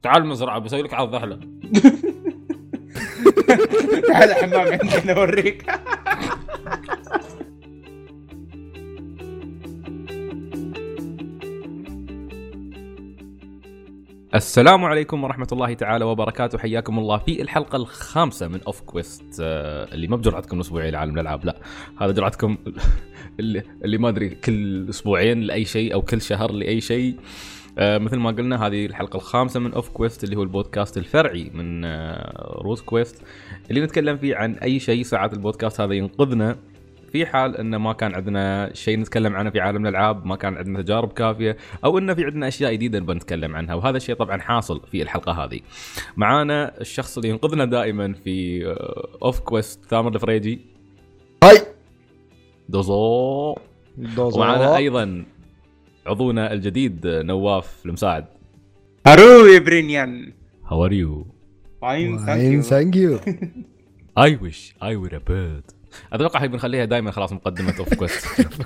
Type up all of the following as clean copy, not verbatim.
تعال المزرعة بسوي لك عرض أحلى. تعال حمام عندنا اوريك. السلام عليكم ورحمة الله تعالى وبركاته. حياكم الله في الحلقة الخامسة من أوف كويست، اللي ما بجرعتكم أسبوعي لعالم الألعاب، لا هذا جرعتكم اللي ما أدري كل أسبوعين لأي شيء أو كل شهر لأي شيء. مثل ما قلنا هذه الحلقة الخامسة من أوف كويست، اللي هو البودكاست الفرعي من روت كويست، اللي نتكلم فيه عن أي شيء. ساعات البودكاست هذا ينقذنا في حال إن ما كان عندنا شيء نتكلم عنه في عالم الألعاب، ما كان عندنا تجارب كافية، أو إن في عندنا أشياء جديدة بنتكلم عنها، وهذا الشيء طبعا حاصل في الحلقة هذه. معانا الشخص اللي ينقذنا دائما في أوف كويست، ثامر الفريجي. هاي دوزو. ومعانا أيضا عضونا الجديد نواف المساعد. هارو يا برينيان. How are you? fine thank you. I wish I were a bird. اتوقع هي بنخليها دائما خلاص مقدمه اوف كويست.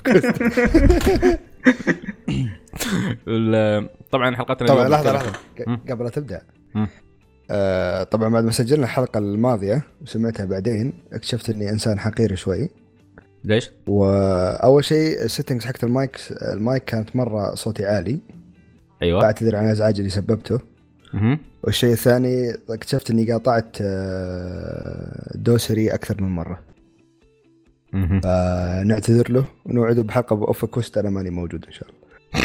طبعا حلقتنا طبعا لحظه قبل لا تبدا، طبعا بعد ما سجلنا الحلقه الماضيه وسمعتها بعدين اكتشفت اني انسان حقير شوي. ليش؟ واول شيء السيتنجز حقت المايك كانت مره صوتي عالي. ايوه بعتذر عن الازعاج اللي سببته. والشيء الثاني اكتشفت اني قاطعت دوسري اكثر من مره. فنعتذر له ونوعده بحلقة بأوف كوست أنا ماني موجود إن شاء الله.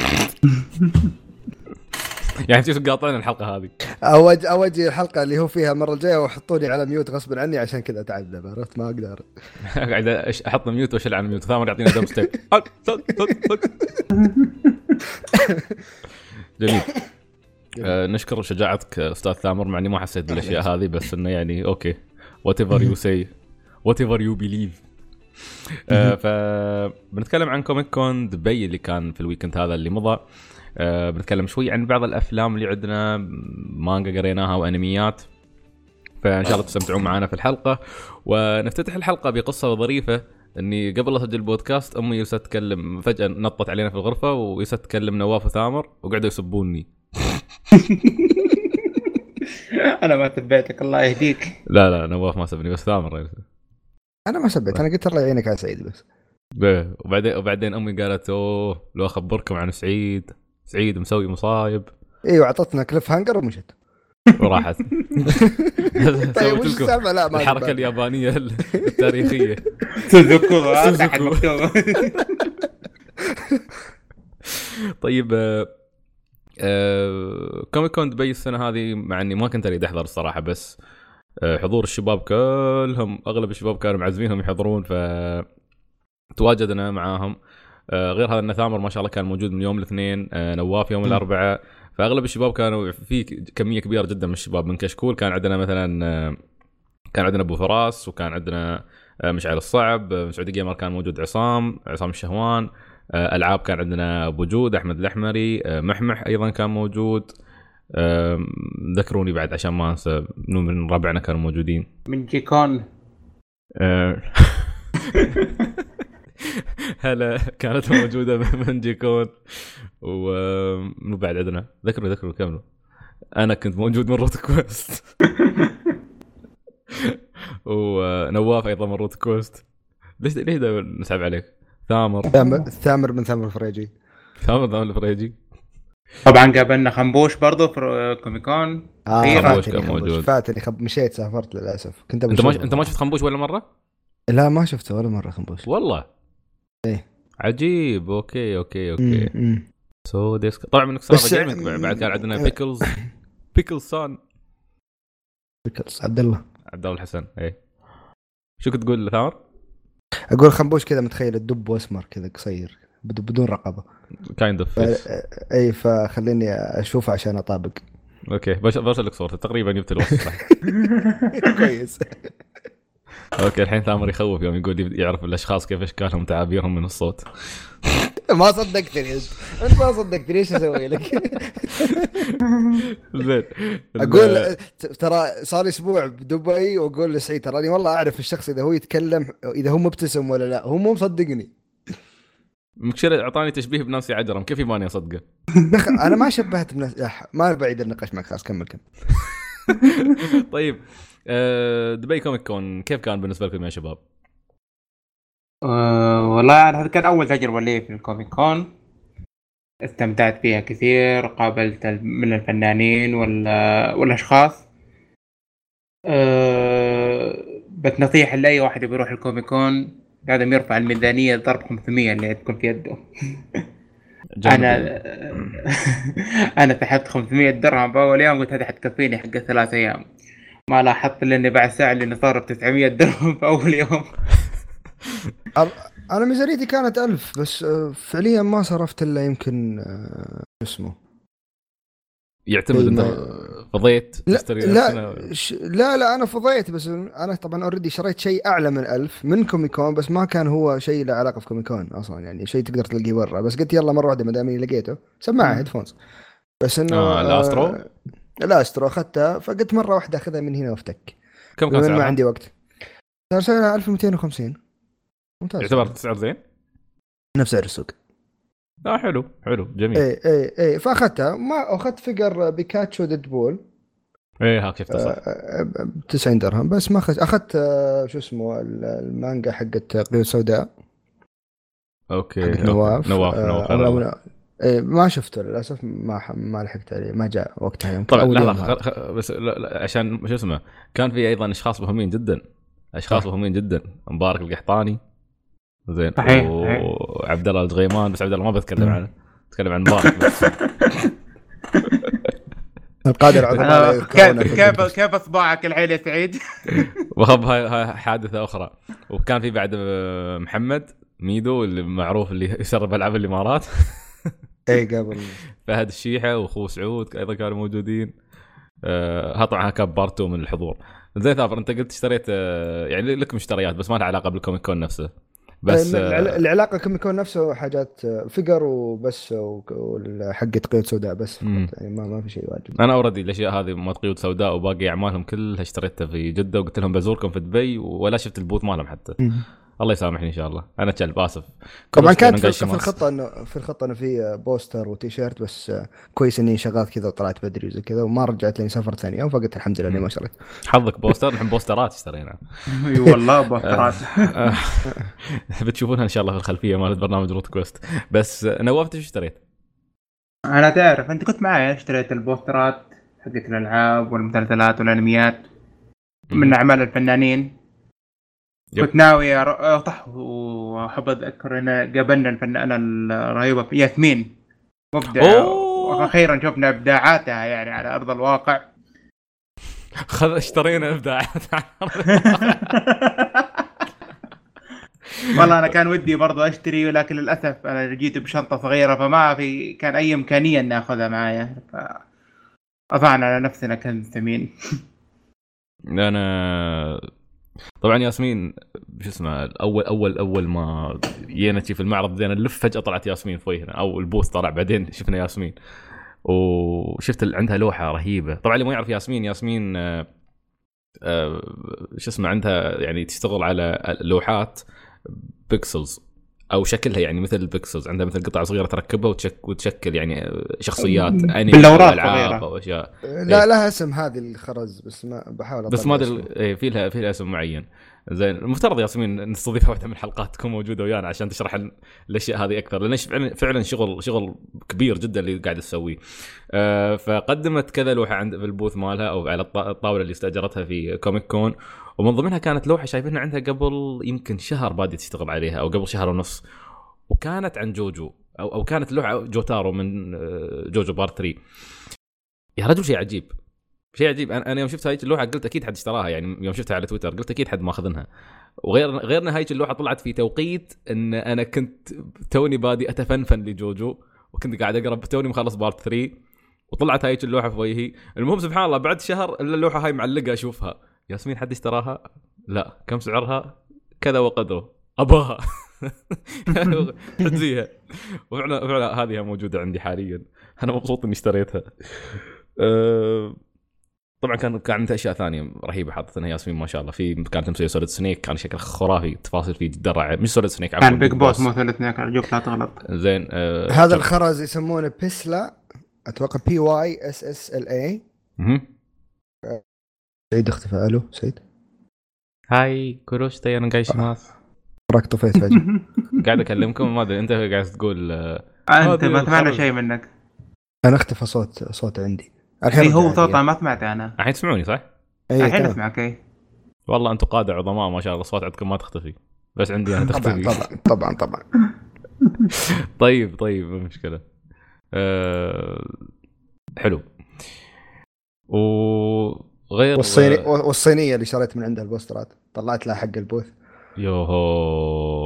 يعني تيجي قاطعين الحلقة هذه. أوجي الحلقة اللي هو فيها المرة الجاية وحطوني على ميوت غصب عني عشان كذا أتعذب، عرفت ما أقدر. قاعد أحط ميوت وأشيل عن ميوت. ثامر يعطينا دم ستيك. جميل. نشكر شجاعتك أستاذ ثامر، مع إني ما حسيت بالأشياء هذه، بس إنه يعني أوكي whatever you say whatever you believe. فبنتكلم عن كوميك كون دبي اللي كان في الويكند هذا اللي مضى. بنتكلم شوي عن بعض الأفلام اللي عندنا، مانجا قريناها وأنميات، فإن شاء الله تستمتعون معنا في الحلقة. ونفتتح الحلقة بقصة ظريفة، أني قبل أسجل البودكاست أمي يوسف تتكلم، فجأة نطت علينا في الغرفة ويوسف تكلم نواف وثامر وقعدوا يسبوني. أنا ما تبيتك الله يهديك. لا نواف ما سبني، بس ثامر. أنا ما سبيت، أنا قلت الله يعينك على سعيد بس. وبعدين أمي قالت أوه لو أخبركم عن سعيد مسوي مصايب. ايوه عطتنا كليف هانجر ومشت وراحت. طيب وش السالفه؟ لا ما الحركه اليابانيه التاريخيه. سوزوكو. طيب كوميك كون دبي السنه هذه، مع اني ما كنت اريد احضر الصراحه، بس حضور الشباب كلهم، اغلب الشباب كانوا معزمينهم يحضرون، فتواجدنا معاهم. غير هذا ان ثامر ما شاء الله كان موجود من يوم الاثنين، نواف يوم الاربعاء، فاغلب الشباب كانوا في كميه كبيره جدا من الشباب. من كشكول كان عندنا مثلا كان عندنا ابو فراس، وكان عندنا مشعل الصعب، من سعودي جيمر كان موجود عصام الشهوان، العاب كان عندنا ابو جود، احمد الاحمري، محمح ايضا كان موجود. ذكروني بعد عشان ما انسى من ربعنا كانوا موجودين. من جيكون هلا كانت موجودة من جيكون. ومن بعد عندنا ذكروا كاملوا. أنا كنت موجود من روت كويست. ونواف أيضا من روت كويست. ليش ده نسحب عليك؟ ثامر من ثامر الفريجي. ثامر الفريجي. طبعا قابلنا خنبوش برضو في كوميكون. خنبوش كان موجود. فاتني مشيت سافرت للأسف. كنت أنت ما شفت خنبوش ولا مرة؟ لا ما شفته ولا مرة خنبوش والله. ايه عجيب. اوكي سو ديسك طبعا من كسر جيمنج. بعد كان عندنا بيكلز سان عبد الله الحسن. ايه شو كنت تقول ثامر؟ اقول خنبوش كذا متخيل الدب واسمر كذا قصير بدون رقبه كايند اوف اي، فخليني اشوفه عشان اطابق. اوكي برسل لك صورته تقريبا جبت الوصف. كويس. اوكي الحين ثامر يخوف يوم يقول يعرف الاشخاص كيف اشكالهم وتعابيرهم من الصوت. ما صدقتني انت ما صدقتني، ايش اسوي لك؟ زين اقول ترى صار اسبوع بدبي واقول لسعيد تراني والله اعرف الشخص اذا هو يتكلم اذا هو مبتسم ولا لا، هو مو مصدقني. مكشر اعطاني تشبيه بنانسي عجرم، كيف ماني اصدقه؟ انا ما شبهت بنفس، ما بعيد النقاش معك، خلاص كمل. طيب دبي كوميك كون كيف كان بالنسبه لكم يا شباب؟ والله هذا كان أول تجربة لي في الكوميك كون. استمتعت فيها كثير، قابلت من الفنانين والأشخاص. بس نصيحة لأي واحد يبي يروح الكوميك كون لازم يرفع الميزانية ضرب 500 اللي تكون في يده. جنب أنا أنا سحبت 500 درهم بأول يوم، قلت هذه حتكفيني حق 3 أيام. ما لاحظت إلا إني بعد ساعة اللي صار 900 درهم في أول يوم. انا ميزانيتي كانت 1000 بس، فعليا ما صرفت الا يمكن اسمه يعتمد انت فضيت تشتري لا انا فضيت، بس انا طبعا اوريدي شريت شيء اعلى من 1000 من كوميكون، بس ما كان هو شيء له علاقه في كوميكون اصلا، يعني شيء تقدر تلقيه برا. بس قلت يلا مره واحده ما دام لقيته سماعه هيدفونز، بس انه الاسترو الاسترو اخذتها، فقلت مره واحده اخذها من هنا وافتك. كم كان سعرها؟ ما عندي وقت. صار سعرها 1250. ممتاز، يعتبر سعر زين نفس سعر السوق. حلو جميل. اي فاخذتها، ما اخذت فيجر بيكاتشو ديدبول. ها كيف تصل 90 درهم بس. ما اخذت شو اسمه المانجا حقت قيود سوداء. اوكي نواف. إيه ما شفته للاسف، ما لحقت عليه، ما جاء وقتها يمكن. طبعا لا بس لا عشان شو اسمه، كان في ايضا اشخاص مهمين جدا، مهمين جدا. مبارك القحطاني زين، وعبد الله الغيمان، بس عبد الله ما بتكلم عنه، اتكلم عن مبارك بس. القادر عظماء. كيف اصبعك الحين يا سعيد؟ وخب هاي حادثه اخرى. وكان في بعد محمد ميدو اللي معروف اللي يسرب العاب الامارات. اي قبل فهد الشيحه واخوه سعود ايضا كانوا موجودين. ها طبعا كان بارتو من الحضور. زين ثافر، انت قلت اشتريت يعني لك مشتريات بس ما لها علاقه بالكوميك كون نفسه، بس العلاقه كوميك كون نفسه حاجات فيجر وبس، وحقه قيود سوداء بس، يعني ما في شيء واجب. انا اوريدي الاشياء هذه ما قيود سوداء وباقي اعمالهم كلها اشتريتها في جده، وقلت لهم بزوركم في دبي ولا شفت البوت مالهم حتى. الله يسامحني ان شاء الله، انا كلب اسف. طبعا كانت في الخطه انه في بوستر وتيشيرت، بس كويس اني شغلت كذا وطلعت بدري وزي كذا، وما رجعت لي سفر ثاني، فقلت الحمد لله اني ما شريت. حظك بوستر، نحن بوسترات اشترينا. اي والله بوسترات. بتشوفونها ان شاء الله في الخلفيه مال برنامج روت كويست. بس نواف ايش اشتريت؟ انا تعرف انت كنت معي، اشتريت البوسترات حقت الالعاب والمسلسلات والانميات من اعمال الفنانين. كنت ناوي اطح، واحب اذكر ان قابلنا الفنانه الرهيبه ياسمين مبدعه، واخيرا شفنا ابداعاتها يعني على ارض الواقع. اشترينا ابداعات. والله انا كان ودي برضو اشتري، ولكن للاسف انا جيت بشنطه صغيره، فما في كان اي امكانيه ان اخذها معايا، فاضعنا على نفسنا كنز ثمين. انا طبعا ياسمين شو اسمه، اول ما جينا في المعرض بدينا نلف، فجاه طلعت ياسمين في وجهنا، او البوث طلع بعدين شفنا ياسمين، وشفت عندها لوحه رهيبه. طبعا اللي ما يعرف ياسمين شو اسمه، عندها يعني تشتغل على لوحات بيكسلز او شكلها يعني مثل البيكسلز، عندها مثل قطع صغيره تركبها وتشكل يعني شخصيات انمي العاب او اشياء. لا لها اسم هذه الخرز، بس ما بحاول بس ما ادري في لها اسم معين. زين، المفترض ياسمين نستضيفها واحده من الحلقات تكون موجوده ويانا عشان تشرح الاشياء هذه اكثر، لان فعلا شغل كبير جدا اللي قاعد تسويه. فقدمت كذا لوحه عند في البوث مالها او على الطاوله اللي استاجرتها في كوميك كون، ومن ضمنها كانت لوحه شايفينها عندها قبل يمكن شهر بادي تشتغل عليها، او قبل شهر ونص، وكانت عن جوجو او كانت لوحه جوتارو من جوجو بارت 3. يا رجل شيء عجيب. انا يوم شفت هاي اللوحه قلت اكيد حد اشتراها، يعني يوم شفتها على تويتر قلت اكيد حد ماخذنها. وغيرنا هاي اللوحه طلعت في توقيت ان انا كنت توني بادي اتفنفن لجوجو، وكنت قاعد اقرا توني مخلص بارت 3، وطلعت هاي اللوحه في وجهي. المهم سبحان الله بعد شهر اللوحه هاي معلقه اشوفها. ياسمين حد اشتراها؟ لا. كم سعرها؟ كذا وقدره. اباها. حجزيها. وفعلا هذه موجوده عندي حاليا، انا مبسوط اني اشتريتها. طبعا كان عندها اشياء ثانيه رهيبه حاطتها ياسمين ما شاء الله. في كانت مسويه سوليد سنيك، كان شكله خرافي، تفاصيل فيه جدا رائعه. مش سوليد سنيك كان بيج بوس مو سوليد سنيك، ارجوك لا تغلط. زين هذا الخرز يسمونه بيسلا، اتوقع PYSSLA. سعيد اختفى. الو سعيد. هاي كوروشتي انا قايش ناس راك طفيت فجأة. قاعد اكلمكم ما ادري انت قاعد تقول انت ما سمعنا شيء منك. انا اختفى صوت عندي الحين. هو صوته ما سمعت انا. الحين تسمعوني صح؟ الحين اسمعك. اي والله انتم قادة عظماء ما شاء الله، الصوت عندكم ما تختفي بس عندي انا تختفي. طبعا. طيب ما مشكلة. حلو. وغير والصينية اللي شريت من عندها البوسترات طلعت لها حق البوث. يوهو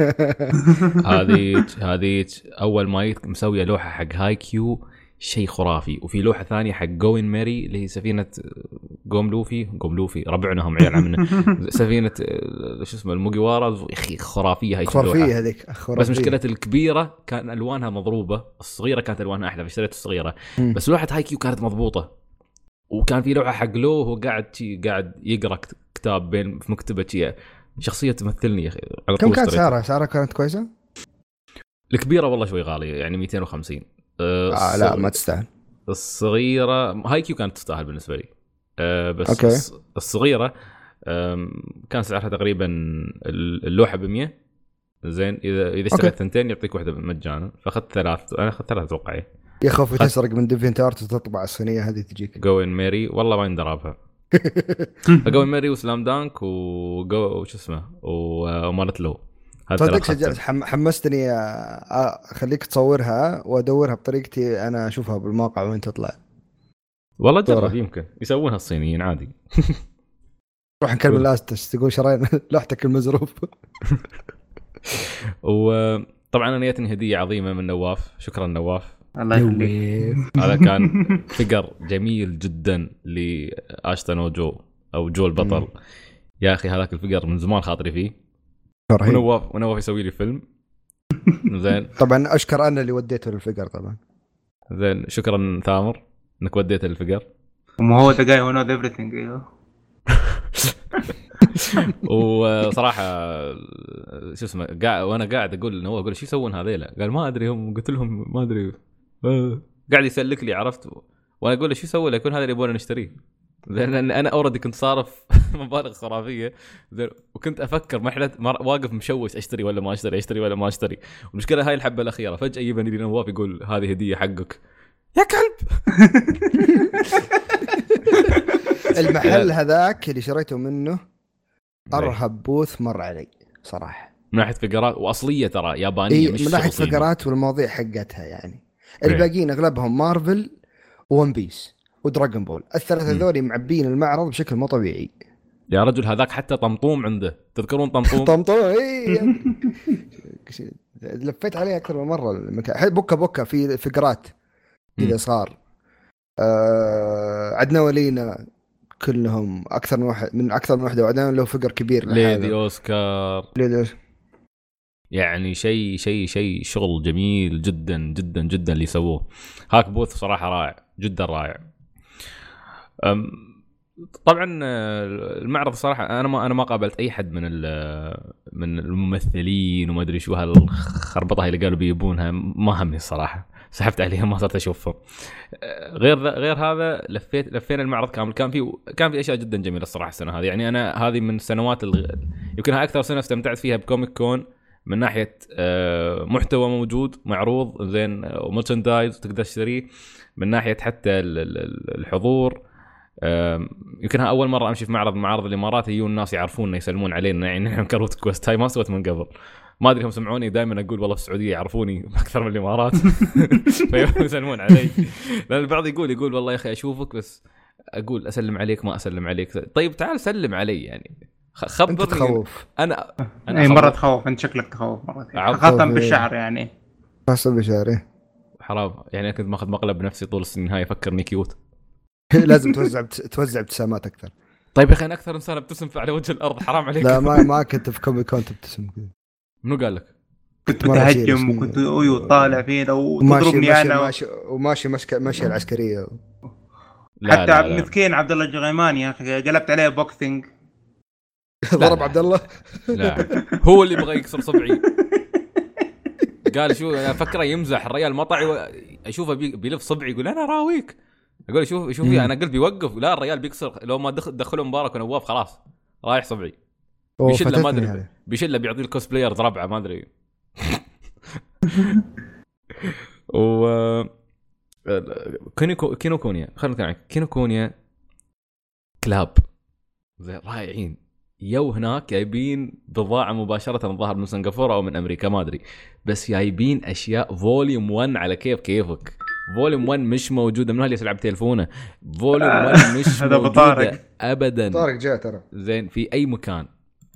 هذه اول ما مسويه لوحه حق هاي كيو شيء خرافي. وفي لوحه ثانيه حق جوين ماري اللي هي سفينه قوم لوفي ربعنا هم عيال عمنا سفينه شو اسمه الموجيوارا يا اخي خرافيه. هاي خرافيه هذيك بس مشكله الكبيره كان الوانها مضروبه، الصغيره كانت الوانها احلى فاشتريت الصغيره. بس لوحه هاي كيو كانت مضبوطه. وكان في لوحه حق لو هو قاعد يقرا كتاب بين في مكتبه شخصيه تمثلني يا اخي. كم كانت سعرها كانت كويسه؟ الكبيره والله شوي غاليه يعني 250. لا ما تستاهل. الصغيره هاي كيو كانت تستاهل بالنسبه لي. بس أوكي. الصغيره كان سعرها تقريبا اللوحه ب100. زين اذا اشتريت ثنتين يعطيك واحده مجانا، فاخذت 3. انا اخذت 3 اتوقع. يا خوفي تسرق من ديفينت ارت وتطبع الصينيه هذه تجيك. جوين ماري والله ما يندربها. جوين ماري وسلام دانك وش اسمه ومالت له. صدق حمستني اخليك تصورها وادورها بطريقتي انا اشوفها بالموقع وين تطلع. والله جرب يمكن يسوونها الصينيين عادي. روح نكلم الاستش تقول شراينا لوحتك المزروف. وطبعا انا جتني هديه عظيمه من نواف، شكرا نواف الله يخليك. هذا كان فيجر جميل جدا لاشتون او جو البطل. يا اخي هذاك الفيجر من زمان خاطري فيه. ونواف يسوي لي فيلم. زين طبعا اشكر انا اللي وديته للفيجر طبعا. زين شكرا ثامر انك وديته للفيجر. وما هو ذا جاي هو نو ايفريثينج. وصراحه شو اسمه وانا قاعد اقول نواف اقول شو يسوون هذيلا، قال ما ادري هم قلت لهم ما ادري قاعد يسلك لي عرفت. وانا اقول له شو يسوي له يكون هذا اللي يبغون نشتريه، لان انا اوريدي كنت صارف مبالغ خرافيه. وكنت افكر واقف مشوش اشتري ولا ما اشتري. والمشكله هاي الحبه الاخيره فجاه يبني لي نواف يقول هذه هديه حقك يا كلب. المحل هذاك اللي شريته منه ارهب بوث مر علي صراحه من ناحيه فقرات واصليه ترى يابانيه مش من ناحيه فقرات والمواضيع حقتها يعني. الباقيين اغلبهم مارفل وون بيس ودراغون بول، الثلاثه ذولي معبين المعرض بشكل مو طبيعي يا رجل. هذاك حتى طمطوم عنده، تذكرون طمطوم؟ اي لفيت عليه اكثر من مره المكان. بكه في فقرات اذا صار عدنا ولينا كلهم اكثر من واحده وعدنا له فقر كبير ليدي اوسكار يعني شيء شغل جميل جدا جدا جدا اللي سووه. هاك بوث صراحه رائع جدا رائع. طبعا المعرض صراحه انا ما قابلت اي حد من الممثلين وما ادري شو هالخربطه اللي قالوا بيبونها، ما همني الصراحه، سحبت عليهم ما صرت اشوفهم. غير هذا لفينا المعرض كامل. كان في اشياء جدا جميله الصراحه السنه هذه. يعني انا هذه من السنوات يمكن اكثر سنه استمتعت فيها بكوميك كون من ناحيه محتوى موجود معروض زين ومرشندايز تقدر تشتريه، من ناحيه حتى الحضور. يمكن اول مره امشي في معرض الامارات يجون الناس يعرفوننا يسلمون علينا، يعني نحن كروت كويست هاي ما سويت من قبل. ما ادري هم سمعوني دائما اقول والله في السعوديه يعرفوني اكثر من الامارات فيسلمون علي. لان البعض يقول والله يا اخي اشوفك بس اقول اسلم عليك ما اسلم عليك. طيب تعال سلم علي يعني خبرني. تخوف. انا اي مره تخوف. انت شكلك تخوف مره خاصه بالشعر يعني خاصه بشعري حرام. يعني كنت ماخذ مقلب بنفسي طول السنين هاي افكرني كيوت. لازم توزع ابتسامات اكثر. طيب يا اخي انا اكثر انسان ابتسم على وجه الارض حرام عليك. لا ما كنت في كوميك كون تبتسم كذا. منو قال لك؟ كنت متهجم وكنت طالع فينا وتضربني انا وماشي العسكريه. حتى مسكين عبد الله الجغيماني يا اخي قلبت عليه بوكسينج ضرب عبد الله. لا هو اللي بغى يكسر صبعي. قال شو افكره يمزح الرجال مطعي اشوفه بيلف صبعي يقول انا راويك. اقول شوفي انا قلبي يوقف. لا الرجال بيكسر لو ما دخلوا مبارك ونواف خلاص رايح صبعي. بيشله ما ادري بيشله بيعطي الكوست بلايرز ربعه ما ادري. و كينوكونيا خلينا نتكلم عن كينوكونيا كلاب زي رائعين. يو هناك جايبين بضاعة مباشرة الظاهر من سنغافورة أو من أمريكا ما أدري بس جايبين أشياء فوليوم 1 على كيفك. فوليوم 1 مش موجودة. من اللي يلعب تلفونه فوليوم 1 مش موجودة أبدا. طارق جاء ترى زين في أي مكان.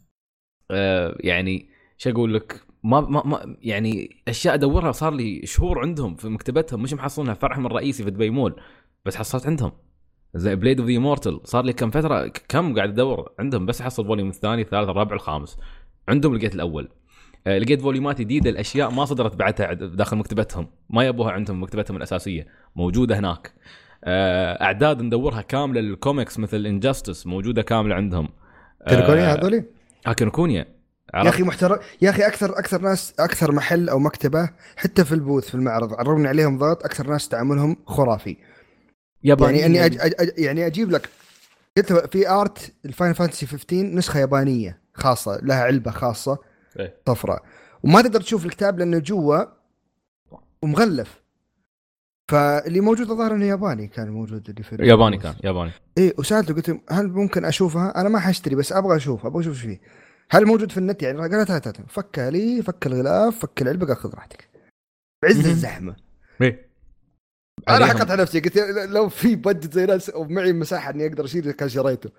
يعني شو أقول لك ما يعني أشياء أدورها صار لي شهور عندهم في مكتبتهم مش محصلونها. فرعهم الرئيسي في دبي مول بس حصلت عندهم. زي بليد اوف ذا مورتل صار لي كم فتره كم قاعد ادور عندهم بس احصل فوليوم الثاني الثالث الرابع الخامس. عندهم لقيت الاول. لقيت فوليومات جديده الاشياء ما صدرت بعدها داخل مكتبتهم ما يبوها عندهم مكتبتهم الاساسيه موجوده هناك. اعداد ندورها كامله للكوميكس مثل انجستس موجوده كامله عندهم. كينوكونيا هذولي كينوكونيا يا اخي محترم يا اخي. اكثر ناس اكثر محل او مكتبه حتى في البوث في المعرض عرضنا عليهم ضغط. اكثر ناس تعاملهم خرافي ياباني. يعني اني يعني اجيب لك قلت في ارت الفاين فانتسي 15 نسخه يابانيه خاصه لها علبه خاصه طفره وما تقدر تشوف الكتاب لانه جوا ومغلف. فاللي موجود الظاهر انه ياباني كان موجود اللي في ياباني كان ياباني. ايه وسالته قلت هل ممكن اشوفها؟ انا ما حاشتري بس ابغى اشوف ايش فيه. هل موجود في النت؟ يعني قالت هات فكها لي فك الغلاف فك العلبه خذ راحتك بعز الزحمه. ايه انا حكيت على نفسي قلت لو في بجت زي ناس ومعي مساحه اني اقدر اشيل كان شريته.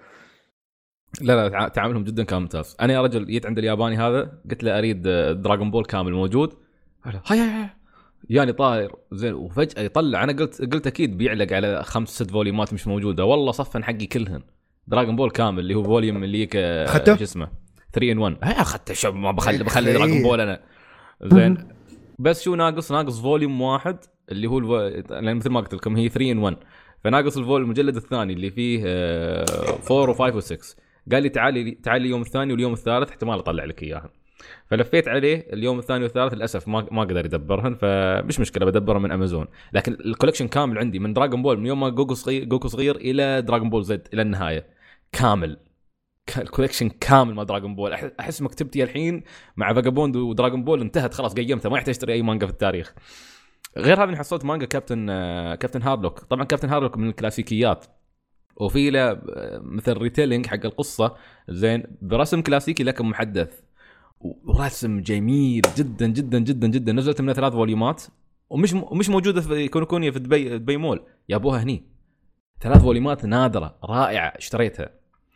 لا تعاملهم جدا كان ممتاز. انا يا رجل جيت عند الياباني هذا قلت له اريد دراغون بول كامل موجود. هيا يعني طاير زين وفجاه يطلع. انا قلت اكيد بيعلق على 5-6 فوليومات مش موجوده. والله صفن حقي كلهن دراغون بول كامل اللي هو فوليوم اللي ايش اسمه 3 in 1. اخذته شو ما بخلي دراغون بول انا زين. بس شو ناقص فوليوم واحد اللي هو لان مثل ما قلت لكم هي 3 in 1 فناقص الفوليوم المجلد الثاني اللي فيه 4 و5 و6. قال لي تعالي اليوم الثاني واليوم الثالث احتمال اطلع لك اياها. فلفيت عليه اليوم الثاني والثالث للاسف ما قدر يدبرهن فمش مشكله بدبرها من امازون. لكن الكولكشن كامل عندي من دراغون بول من يوم ما جوكو صغير الى دراغون بول زد الى النهايه كامل. الكولكشن كامل مع دراغون بول. احس مكتبتي الحين مع فاجابوند ودراغون بول انتهت خلاص قيمتها ما يحتاج اشتري اي مانجا في التاريخ. غير هذا حصلت مانجا كابتن هارلوك. طبعا كابتن هارلوك من الكلاسيكيات وفي له مثل ريتيلينج حق القصه زين برسم كلاسيكي لكن محدث ورسم جميل جدا جدا جدا جدا. نزلت منها 3 فوليومات ومش موجوده في كونوكونيا في دبي مول. يا ابوها هني 3 فوليومات نادره رائعه اشتريتها.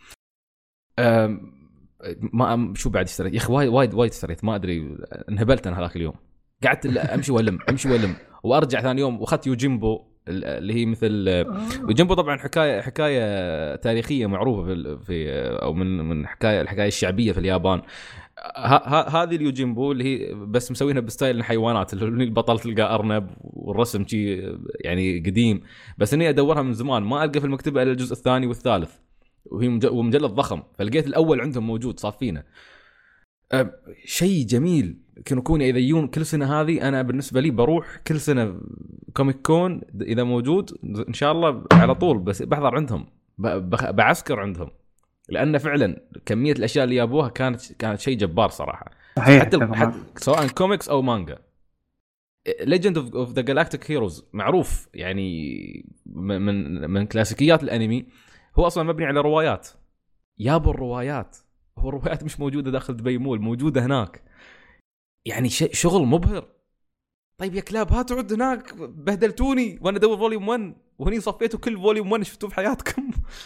ما شو بعد اشتريت يا اخي وايد اشتريت ما ادري انهبلت انا هذاك اليوم. قعدت امشي والم وارجع ثاني يوم واخذت يوجيمبو اللي هي مثل يوجيمبو طبعا حكايه تاريخيه معروفه في او من الحكايه الشعبيه في اليابان. هذه اليوجيمبو اللي هي بس مسوينها بستايل الحيوانات اللي البطل تلقى ارنب والرسم شيء يعني قديم. بس اني ادورها من زمان ما القى في المكتبه الا الجزء الثاني والثالث وهي مجلد ضخم. فلقيت الاول عندهم موجود صافينه. شيء جميل. كونوا اذا يجون كل سنه هذه انا بالنسبه لي بروح كل سنه كوميك كون اذا موجود ان شاء الله على طول. بس بحضر عندهم بعسكر عندهم لان فعلا كميه الاشياء اللي جابوها كانت شيء جبار صراحه. حتى سواء كوميكس او مانجا. ليجند اوف ذا جالاكتيك هيروز معروف يعني من كلاسيكيات الانمي. هو اصلا مبني على روايات. يابوا الروايات هو الروايات مش موجوده داخل دبي مول موجوده هناك. يعني شغل مبهر. طيب يا كلاب هاتوا عد هناك بهدلتوني وانا ادور فوليوم 1 وهني صفيتوا كل فوليوم 1 شفتوه في حياتكم.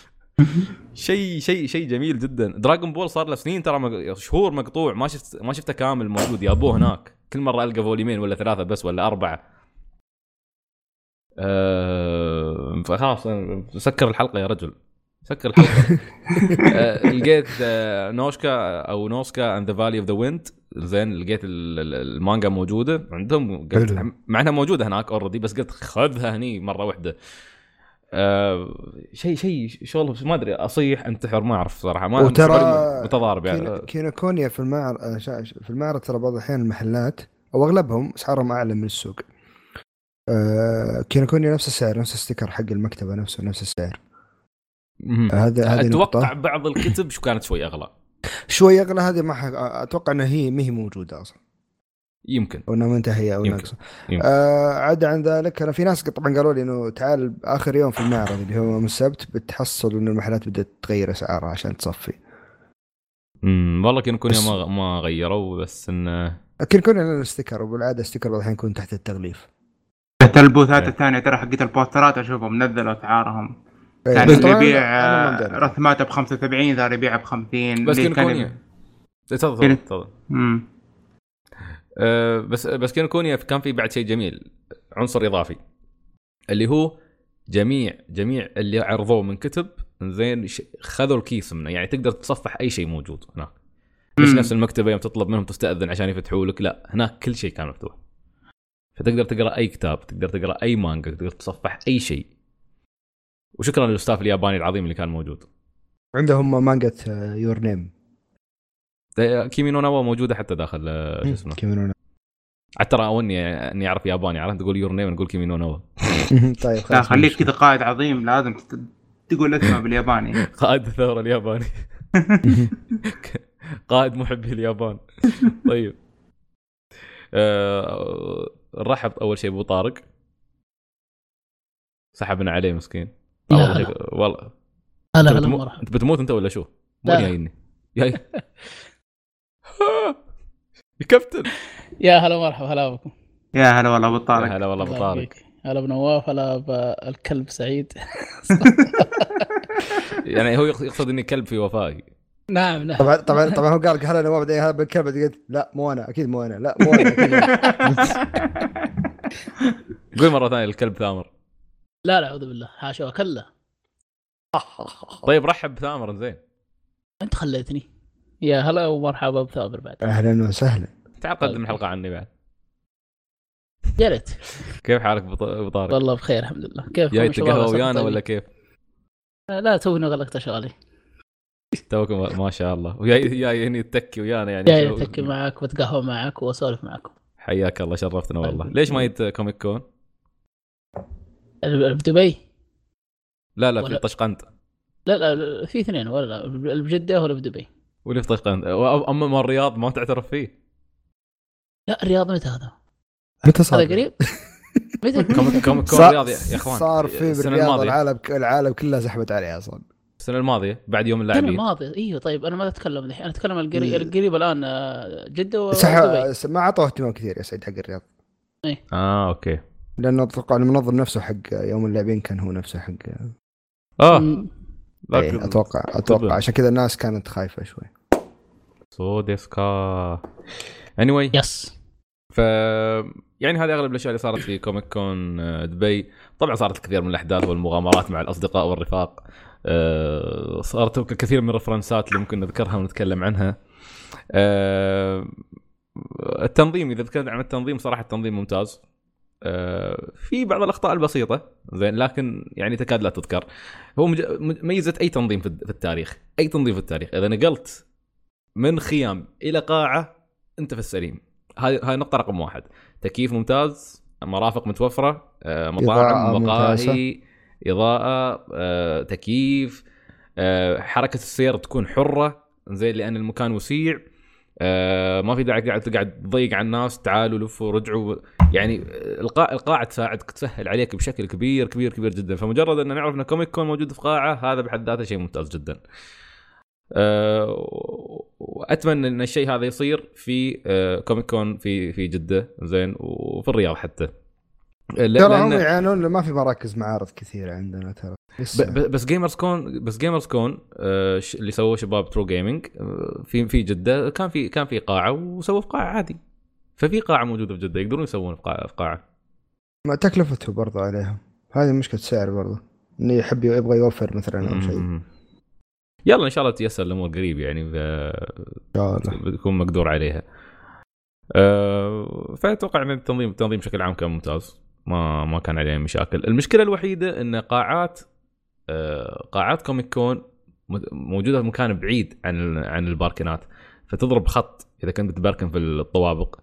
شيء جميل جدا. دراغون بول صار له سنين ترى شهور مقطوع ما شفته كامل موجود. يابوه هناك كل مره القى فوليومين ولا 3 بس ولا 4. فخلاص سكر الحلقه يا رجل سكر الحلقه. لقيت نوشكا او نوسكا اند ذا فالي اوف ذا ويند زين. لقيت المانجا موجوده عندهم قلت مع انها موجوده هناك اوريدي بس قلت خذها هني مره واحده. شيء شغله ما ادري اصيح انتحر ما اعرف صراحه ما وترى متضارب يعني. كينوكونيا في المعرض في المعرض ترى بعض الاحيان المحلات او اغلبهم اسعارهم اعلى من السوق. كينوكونيا نفس السعر، نفس الستيكر حق المكتبه نفس السعر. هذه اتوقع بعض الكتب شو كانت شوي اغلى هذه ما اتوقع انها ما هي موجوده اصلا، يمكن او انها منتهيه او ناقصه. عدا عن ذلك انا في ناس طبعا قالوا لي انه تعال اخر يوم في المعرض اللي هو يوم السبت بتحصل انه المحلات بدات تغير اسعارها عشان تصفي. والله كينوكونيا ما غيروا، بس انه كينوكونيا لنا الستيكر، وبالعاده الستيكر بعض الحين يكون تحت التغليف. حتى البوثات الثانيه ترى حقت البوسترات اشوفهم نزلوا اسعارهم، كان اللي يبيع رسماته ب 75 ذا يبيعها ب 50. بس كينوكونيا تفضل. بس كينوكونيا كان في بعد شيء جميل، عنصر اضافي اللي هو جميع اللي عرضوه من كتب زين خذوا الكيس منه، يعني تقدر تصفح اي شيء موجود هناك. مش نفس المكتبه يوم تطلب منهم تستأذن عشان يفتحوا لك، لا هناك كل شيء كان مفتوح، فتقدر تقرا اي كتاب، تقدر تقرا اي مانجا، تقدر تصفح اي شيء. وشكرا للاستاف الياباني العظيم اللي كان موجود. عندهم مانجا يور نيم كيمينو نوا موجوده حتى داخل شو اسمه كيمينو. حتى اني اعرف ياباني، عرفت تقول يور نيم نقول كيمينو نوا. طيب لا خليك كذا قائد عظيم لازم تقول اسمه بالياباني. قائد الثوره الياباني. قائد محبي اليابان. طيب نرحب اول شيء ابو طارق، سحبنا عليه مسكين. والله هلا انت بتموت انت ولا شو؟ وين جايني جاي؟ يا كابتن يا هلا مرحبا. هلا بكم. يا هلا والله ابو طارق. هلا والله ابو طارق. هلا بنواف. هلا بالكلب سعيد. يعني هو يقصد اني كلب في وفائي. نعم. طبعا هو قال هلا نواف هذا بالكلب، قلت لا مو انا اكيد مو انا، لا مو انا قول مره ثانيه الكلب ثامر. لا اعوذ بالله حاشا كلا. طيب رحب بثامر زين. انت خليتني. يا هلا ومرحبا بثامر بعد. اهلا وسهلا. تعال قدم الحلقه عني بعد. يا ريت. كيف حالك ابو طارق؟ والله بخير الحمد لله. كيف جاي تقهوى ويانا ولا كيف؟ لا تونا غلقت شغلي. توكم ما شاء الله. وياي هني تتكي ويانا يعني. جاي اتكي معك واتقهوى معك واسولف معكم. حياك الله شرفتنا والله. ليش ما جيت كوميك كون؟ بدبي؟ لا في طشقند. لا في اثنين، ولا بجدة ولا بدبي. واللي في طشقند. اما ما الرياض ما تعترف فيه؟ لا الرياض متى هذا؟ متى صار؟ هذا قريب. كوميك كون الرياض يا اخوان صار في بالرياض. العالم كلها زحمت عليه اصلا السنه الماضيه بعد يوم اللاعبين. السنه الماضيه ايوه. طيب انا ما اتكلم الحين، انا اتكلم القريب الان. جده ودبي ما اعطوه اهتمام كثير يا سعيد حق الرياض. ايه اوكي. لانه اتوقع المنظم نفسه حق يوم اللاعبين كان هو نفسه حق لكن اتوقع عشان كذا الناس كانت خايفه شوي. سوديسكا anyway يس. ف يعني هذه اغلب الاشياء اللي صارت في كوميك كون دبي. طبعا صارت الكثير من الاحداث والمغامرات مع الاصدقاء والرفاق. صارت الكثير من الرفرنسات اللي ممكن نذكرها ونتكلم عنها. التنظيم، اذا ذكرت عن التنظيم صراحه التنظيم ممتاز. في بعض الاخطاء البسيطه زين، لكن يعني تكاد لا تذكر. هو ميزه اي تنظيم في التاريخ، اي تنظيم في التاريخ اذا نقلت من خيام الى قاعه انت في السليم. هاي نقطه رقم 1. تكييف ممتاز، مرافق متوفره، مطاعم، مقاهي، اضاءه، تكييف، حركه السير تكون حره زين لان المكان وسيع. ما في داعي قاعد تضيق على الناس، تعالوا لفوا رجعوا. يعني القاعه تساعدك تسهل عليك بشكل كبير كبير كبير جدا. فمجرد ان نعرف ان كوميك كون موجود في قاعه هذا بحد ذاته شيء ممتاز جدا. واتمنى ان الشيء هذا يصير في كوميك كون في جده زين وفي الرياض حتى. ترى هم يعانون ما في مراكز معارض كثيره عندنا ترى. بس جيمرز كون اللي سووه شباب ترو جيمنج في جده كان في قاعه وسووا في قاعه عادي. ففي قاعه موجوده في جده يقدرون يسوون في قاعه. ما تكلفته برضه عليهم، هذه مشكله سعر برضه، انه يبغى يوفر مثلا او شيء. يلا ان شاء الله تيسر الامور قريب يعني بيكون مقدور عليها. فاتوقع ان التنظيم بشكل عام كان ممتاز. ما كان عليه مشاكل. المشكله الوحيده ان قاعات كوميك كون موجوده في مكان بعيد عن الباركنات، فتضرب خط اذا كنت بتباركن في الطوابق.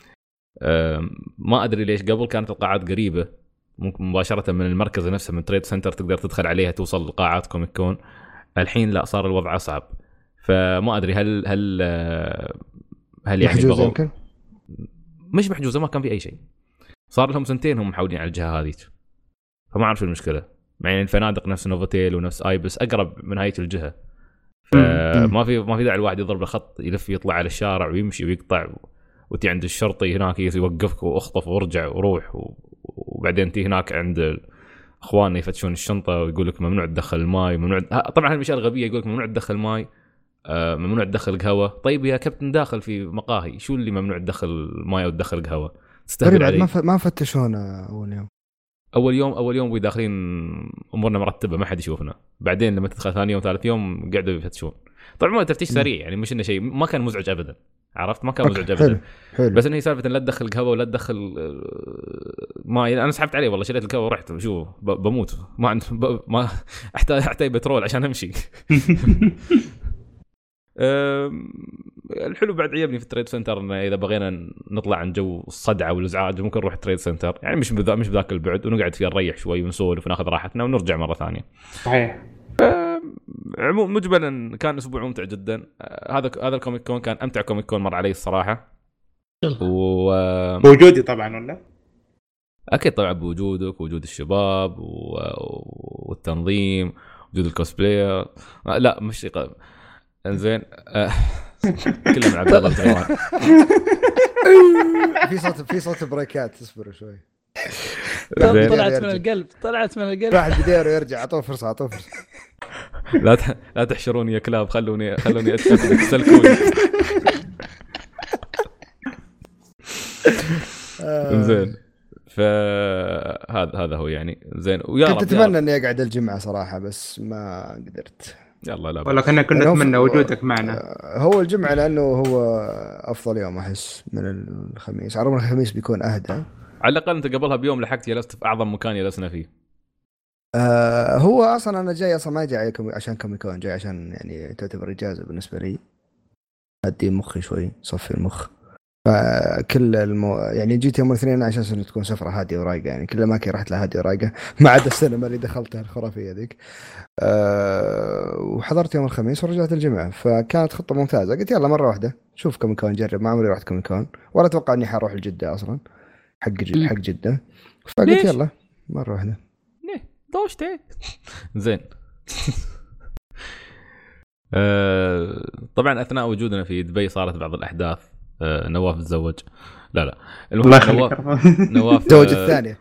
ما ادري ليش قبل كانت القاعات قريبه، ممكن مباشره من المركز نفسه من تريد سنتر تقدر تدخل عليها توصل لقاعات كوميك كون. الحين لا، صار الوضع اصعب. فما ادري هل يعني محجوزة يمكن؟ مش محجوزه، ما كان في اي شيء. صار لهم سنتين هم محاولين على الجهه هذه، فما اعرف شو المشكله. يعني الفنادق نفس نوفوتيل ونفس ايبس اقرب من هاي الجهه، فما في داعي الواحد يضرب الخط يلف يطلع على الشارع ويمشي ويقطع وتي عند الشرطي هناك يوقفك واخطف وارجع وروح وبعدين تي هناك عند اخواننا يفتشون الشنطه ويقول لك ممنوع تدخل الماي، ممنوع. طبعا هالاشياء الغبيه، يقول لك ممنوع تدخل ماي، ممنوع تدخل قهوه. طيب يا كابتن داخل في مقاهي، شو اللي ممنوع تدخل ماي او تدخل قهوه؟ تستهبل علي. ما فتشونا اول يوم وداخلين امورنا مرتبه، ما حد يشوفنا. بعدين لما تدخل ثاني يوم ثالث يوم قعدوا يفتشون. طبعا تفتيش سريع يعني، مش انه شيء، ما كان مزعج ابدا، عرفت؟ ما كان مزعج ابدا. حلو. بس انه هي سالفه لا تدخل قهوه ولا تدخل ماي. انا سحبت عليه والله، شريت القهوه ورحت شو بموت، ما عندي ما احتاج بترول عشان امشي. الحلو بعد عيبني في التريد سنتر انه اذا بغينا نطلع عن جو الصدعه والازعاج ممكن نروح التريد سنتر، يعني مش بذاك البعد، ونقعد فيه نريح شوي ونسولف وناخذ راحتنا ونرجع مره ثانيه. صحيح. عموما مجملا كان اسبوع ممتع جدا. هذا الكوميك كون كان امتع كوميك كون مر علي الصراحه. بوجودي طبعا ولا اكيد طبعا بوجودك، ووجود الشباب والتنظيم، وجود الكوسبلاير. لا مش انزين. كله من عبد الله الجوان. في صوت بريكات، اصبروا شوي. طلعت من القلب. واحد بديره يرجع، اعطوه فرصه. لا تحشروني يا كلاب، خلوني تسلكوني. زين. فهذا هو يعني. زين. ويا رب كنت اتمنى اني اقعد الجمعه صراحه، بس ما قدرت. يلا لا، والله كنا نتمنى وجودك معنا. هو الجمعه لانه هو افضل يوم احس من الخميس، عرفنا الخميس بيكون اهدى. على الاقل انت قبلها بيوم لحقت جلست في اعظم مكان جلسنا فيه. هو اصلا انا جاي اصلا ما جاي عشان كوميكون، جاي عشان يعني تعتبر اجازه بالنسبه لي، ادي مخي شوي، صفي المخ. فكل يعني جيت يوم الاثنين عشان تكون سفره هاديه ورايقه، يعني كل ما كي رحت لها هاديه ورايقه، ما عدا السينما اللي دخلتها الخرافيه ذيك. وحضرت يوم الخميس ورجعت الجمعه، فكانت خطه ممتازه. قلت يلا مره واحده شوف كوميكون، جرب. ما عمري رحت كوميكون ولا اتوقع اني حروح لجده اصلا، حق جده. فقلت يلا مره واحده. دوشتي. زين. طبعا اثناء وجودنا في دبي صارت بعض الاحداث. نواف تزوج. لا نواف تزوج الثانيه.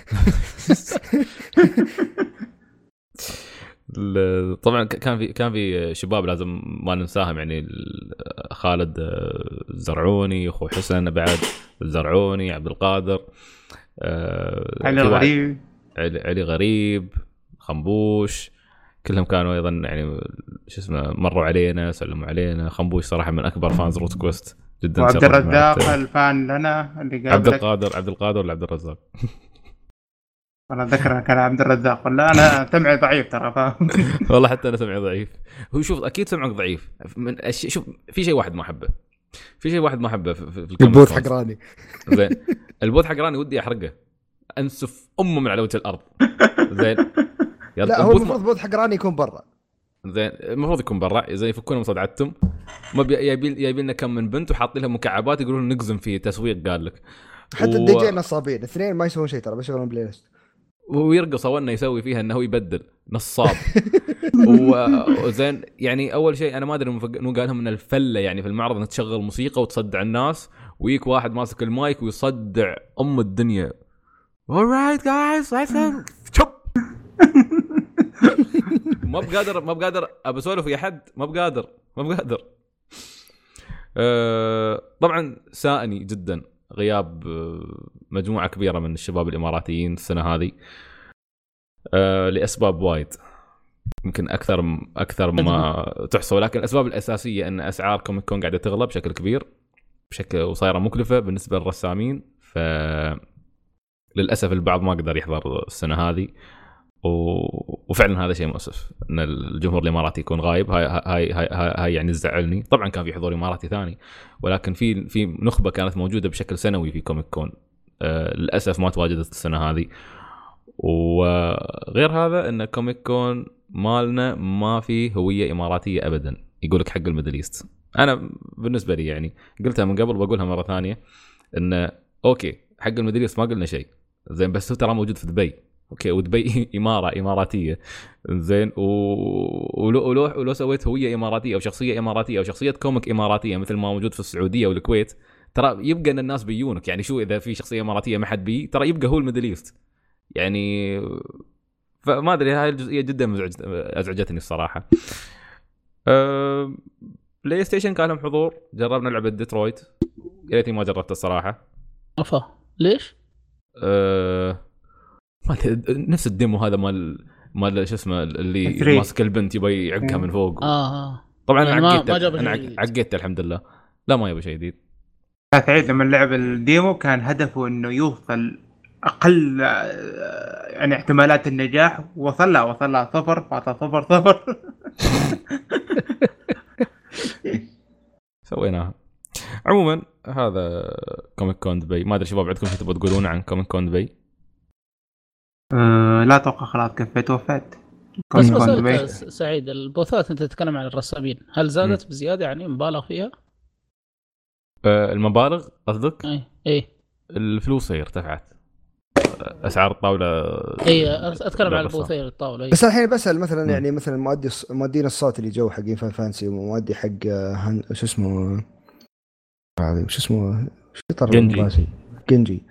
طبعا كان في شباب لازم ما ننساهم، يعني خالد الزرعوني، اخو حسن بعد الزرعوني، عبد القادر، علي غريب، خنبوش، كلهم كانوا ايضا يعني شو اسمه مروا علينا، سلموا علينا. خنبوش صراحه من اكبر فانز روت كويست جدا. عبد الرزاق الفان لنا اللي قابلك. عبد القادر ولا عبد الرزاق؟ والله ذكرها كان عبد الرزاق. ولا انا سمعي ضعيف ترى، فاهم؟ والله حتى انا سمعي ضعيف. هو شوف اكيد سمعك ضعيف من شوف، في شيء واحد ما احبه، في البوث حق راني. زين. البوث حق راني ودي احرقه، انسف امه من على وجه الارض. زين. لا هو المفروض البوث حق راني يكون برا. زين المفروض يكون برا، زي يفكون مصدعتهم. ما يبي لنا كم من بنت وحاطين لهم مكعبات يقولون نقزم فيه تسويق. قال لك حتى الدي جي نصابين، اثنين ما يسوون شيء ترى، بس يشغلون بلاي ليست ويرقص ونا يسوي فيها انه يبدل نصاب. وزين يعني اول شيء انا ما ادري انه قال لهم ان الفله يعني في المعرض انك تشغل موسيقى وتصدع الناس، ويك واحد ماسك المايك ويصدع ام الدنيا. alright guys let's go. ما بقادر ابى اسولف يا حد، ما بقادر. طبعا سائني جدا غياب مجموعه كبيره من الشباب الاماراتيين السنه هذه لاسباب وايد، يمكن اكثر ما تحصى. ولكن الاسباب الاساسيه ان اسعار كوميك كون قاعده تغلى بشكل كبير، وصايره مكلفه بالنسبه للرسامين. للاسف البعض ما قدر يحضر السنه هذه، وفعلا هذا شيء مؤسف ان الجمهور الاماراتي يكون غايب. هاي يعني زعلني. طبعا كان في حضور اماراتي ثاني، ولكن في نخبه كانت موجوده بشكل سنوي في كوميك كون، للاسف ما تواجدت السنه هذه. وغير هذا ان كوميك كون مالنا ما فيه هويه اماراتيه ابدا. يقولك حق الميدل ايست. انا بالنسبه لي يعني قلتها من قبل بقولها مره ثانيه، ان اوكي حق الميدل ايست ما قلنا شيء زين، بس هو ترى موجود في دبي. اوكي ودبي اماراتيه زين، ولو سويت هويه اماراتيه او شخصيه اماراتيه او شخصيه كوميك اماراتيه مثل ما موجود في السعوديه والكويت، ترى يبقى ان الناس بيونك. يعني شو اذا في شخصيه اماراتيه ما حد بي، ترى يبقى هو الميدل ايست يعني. فما ادري، هاي الجزئيه جدا ازعجتني الصراحه. بلاي ستيشن كان لهم حضور، جربنا لعبه ديترويت، يا ريتني ما جربتها الصراحه. ليش؟ نفس الديمو هذا مال شو اسمه اللي ماسك البنت يبي يعقها من فوق. طبعا يعني انا عقيت الحمد لله. لا ما يبي شيء جديد. سعيد لما لعب الديمو كان هدفه انه يوصل اقل يعني احتمالات النجاح، وصل 0.00. سويناها. عموما هذا كوميك كون دبي. ما ادري شباب عندكم شيء تبغوا تقولون عن كوميك كون دبي؟ لا اتوقع خلاص كفيت وفات. بس سعيد البوثات انت تتكلم عن الرسامين، هل زادت بزياده يعني مبالغ فيها؟ المبالغ قصدك؟ اي الفلوس هي ارتفعت، اسعار الطاوله. اتكلم عن البوثير الطاوله. بس الحين بسال مثلا يعني مثلا مؤدين الصوت اللي جو حقين فان فانسي، ومؤدي حق شو اسمه هذا، شو اسمه جنجي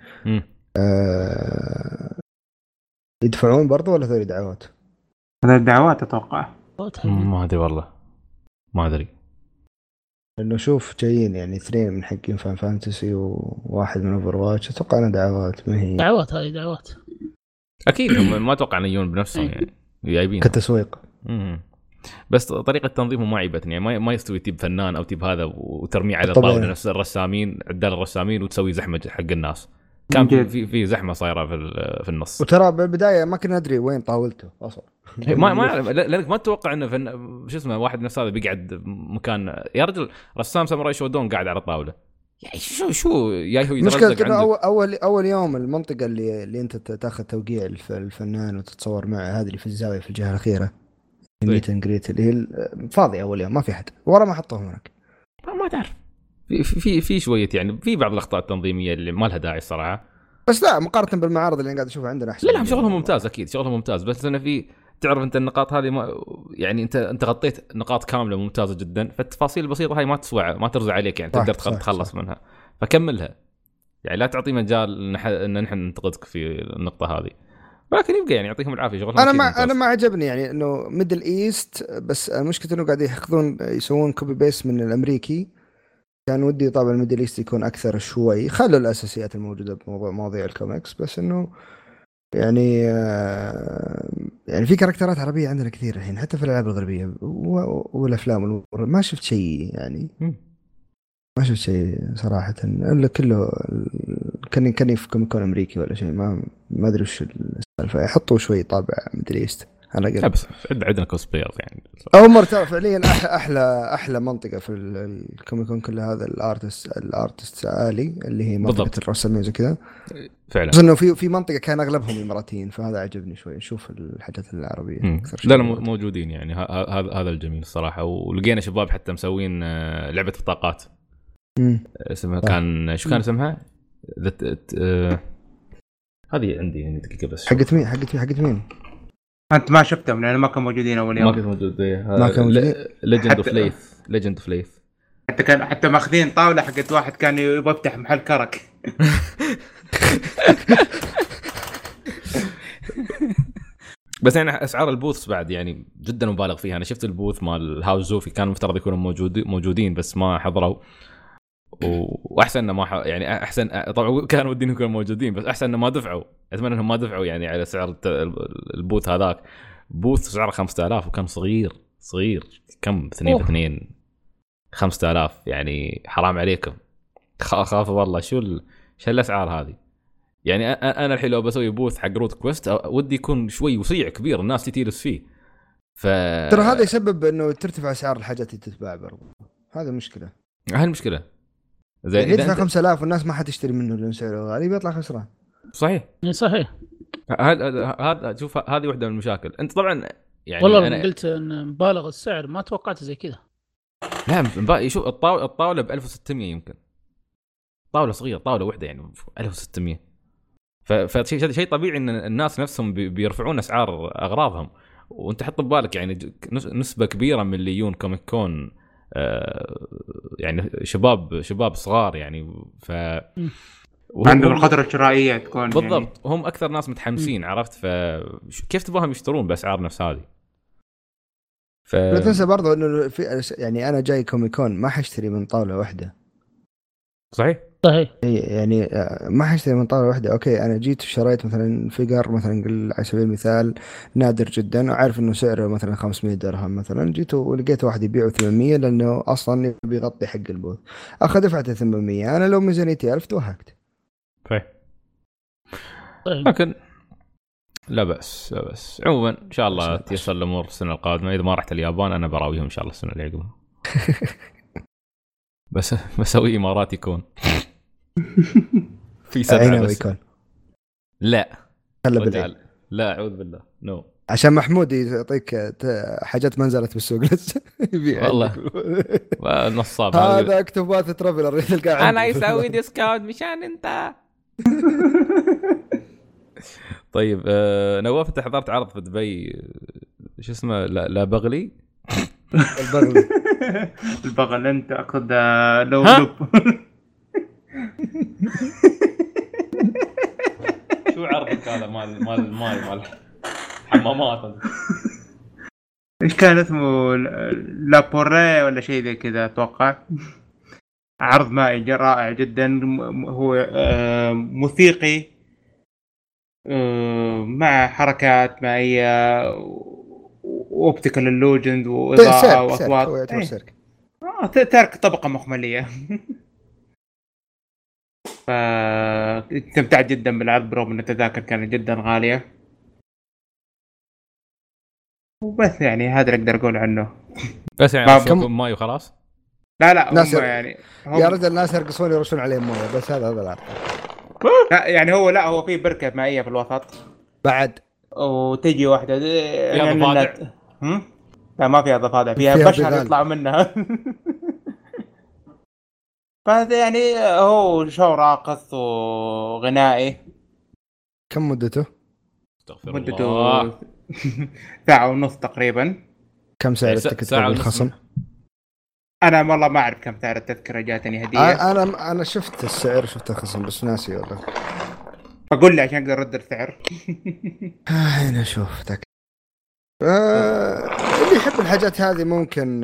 يدفعون برضو ولا ذول دعوات؟ هذا الدعوات اتوقع. ما ادري والله، ما ادري. لانه شوف جايين يعني 2 من حقين فان فانتسي وواحد من اوفر واتش، اتوقع انها دعوات. ما هي دعوات، هذه دعوات اكيد. هم ما اتوقع ان يجون بنفسهم يعني جايبين كتسويق. بس طريقه تنظيمهم ما عيبتني يعني. ما يستوي تجيب فنان او تجيب هذا وترميه على الطاوله نفس الرسامين، عدال الرسامين، وتسوي زحمه حق الناس. كان في زحمه صايره في النص. وترى بالبدايه ما كنا ندري وين طاولته اصلا. ما اعرف، لانك ما تتوقع انه شو اسمه واحد نفس هذا بيقعد مكان. يا رجل رسام ساموراي شودون قاعد على الطاوله يعني شو جاي هو يترزق عنده. اول يوم المنطقه اللي انت تاخذ توقيع الفنان وتتصور معه، هذه اللي في الزاويه في الجهه الاخيره، ميت اند جريت، اللي هي فاضيه اول يوم ما في حد ورا، ما حطوهم هناك. ما تعرف في شويه يعني في بعض الاخطاء التنظيميه اللي ما لها داعي الصراحه. بس لا مقارنه بالمعارض اللي قاعد اشوفها عندنا احسن. لا شغلهم ممتاز اكيد، شغلهم ممتاز. بس انا تعرف انت النقاط هذه ما يعني انت غطيت نقاط كامله ممتازه جدا، فالتفاصيل البسيطه هاي ما ترجع عليك يعني. تقدر تخلص منها، فكملها يعني. لا تعطي مجال ان نحن ننتقدك في النقطه هذه، ولكن يبقى يعني يعطيهم العافيه شغلهم. انا ما عجبني يعني انه ميدل ايست، بس المشكله انه قاعد يسوون كوبي بيس من الامريكي. كان ودي طبعا الميدل ايست يكون اكثر شوي، خلوا الاساسيات الموجوده بمواضيع الكوميكس، بس انه يعني في كاركترات عربيه عندنا كثير الحين حتى في الالعاب الغربيه والافلام ما شفت شيء يعني. ما شفت شيء صراحه، الا كله كان في كوميكون امريكي ولا شيء. ما ادري وش السالفه، يحطوا شوي طابع ميدل ايست على الاقل. بس عندنا كوسبلايرز يعني. عمر ترى فعليا احلى منطقه في الكوميكون كل هذا الارتست عالي، اللي هي منطقه الرسامين زي كذا فعلا. بس انه في منطقه كان اغلبهم اماراتيين، فهذا عجبني شوي نشوف الحاجات العربيه اكثر شيء. لا موجودين يعني. هذا الجميل الصراحه. ولقينا شباب حتى مسوين لعبه بطاقات اسمها كان شو كان اسمها هذه عندي يعني دقيقه بس. حقت مين انت ما شفتهم لان ما كانوا موجودين اول يوم. ما كانوا موجودين. ليجند اوف ليث حتى ماخذين طاوله حقت واحد كان يبغى يفتح محل كرك. بس يعني اسعار البوث بعد يعني جدا مبالغ فيها. انا شفت البوث مال هاوس زوفي كان مفترض يكونوا موجودين بس ما حضروا. واحسن ما يعني احسن طبعا كان ودينهم يكونوا موجودين، بس احسن انه ما دفعوا. اتمنى انهم ما دفعوا يعني على سعر البوث هذاك. بوث سعره 5000 وكان صغير كم 2 في 2 5000 يعني. حرام عليكم، خاف والله. شو الاسعار هذه يعني انا الحين لو بسوي بوث حق روت كويست ودي يكون شوي وسيع كبير الناس تجلس فيه. ترى هذا يسبب انه ترتفع اسعار الحاجات اللي تتباع برضه، هذا مشكله. هالمشكله زي يعني يدفع 5000 والناس ما حتشتري منه لانه سعره غالي بيطلع خسران. صحيح صحيح. هذا شوف هذه واحده من المشاكل. انت طبعا يعني والله انا قلت ان مبالغ السعر ما توقعت زي كذا. لا شوف الطاوله ب 1600 يمكن، طاوله صغيره طاوله واحده يعني 1600. فشيء طبيعي ان الناس نفسهم بيرفعون اسعار اغراضهم. وانت حط ببالك يعني نسبه كبيره من اللي يجون كوميك كون يعني شباب صغار يعني عندهم القدره الشرائيه تكون بالضبط يعني هم اكثر ناس متحمسين عرفت. فكيف تبغاهم يشترون باسعار نفس هذه؟ لا تنسى برضه انه في يعني انا جاي كوميكون ما حاشتري من طاوله واحده. صحيح يعني ما حاشتري من طاوله واحده. اوكي انا جيت وشريت مثلا فيجر مثلا على سبيل المثال نادر جدا وعارف انه سعره مثلا 500 درهم مثلا، جيت ولقيت واحد يبيعه 800 لانه اصلا بيغطي حق البوث، دفعت 800. انا لو ميزانيتي 1000 توهقت. لكن لا بأس عموما ان شاء الله تيسر الامور السنه القادمه. اذا ما رحت اليابان انا براويهم ان شاء الله السنه اللي عقبها. بس بسوي اماراتي يكون في سنه بس يكون. لا لا اعوذ بالله نو عشان محمود يعطيك حاجات ما نزلت بالسوق لسه والله نصاب هذا اكتوبات ترافلر تلقاه انا يسوي ديسكاونت مشان انت. طيب نواف انت حضرت عرض في دبي شو اسمه لا بغلي البغل انت اقصد لو شو عرضك هذا مال حمامات ايش كان اسمه لابوري ولا شيء ذي كذا اتوقع. عرض مائي رائع جدا، هو موسيقي مع حركات مائية واوبتيكال اللوجند واضاءة واصوات. ترك طبقة مخملية. فاستمتعت جدا بالعرض برغم ان التذاكر كانت جدا غالية. وبس يعني هذا اللي اقدر اقول عنه. بس يعني كم ماي وخلاص. لا هم يعني يا رجل الناس يرقصون يرشون عليهم مويه بس هذا العرض. لا يعني هو في بركة مائية في الوسط بعد وتجي واحدة يعني لا ما فيها ضفادع، فيها بشر يطلعوا منها. فهذا يعني هو شو راقص وغنائي. كم مدته؟ مدته ساعة ونص تقريبا. كم سعر التذكرة بالخصم؟ أنا والله ما أعرف كم سعر التذكرة، جاتني هدية. أنا شفت السعر شفت الخصم بس ناسي والله. أقول لي عشان أقدر أرد السعر. أنا شوفتك. اللي يحب الحاجات هذه ممكن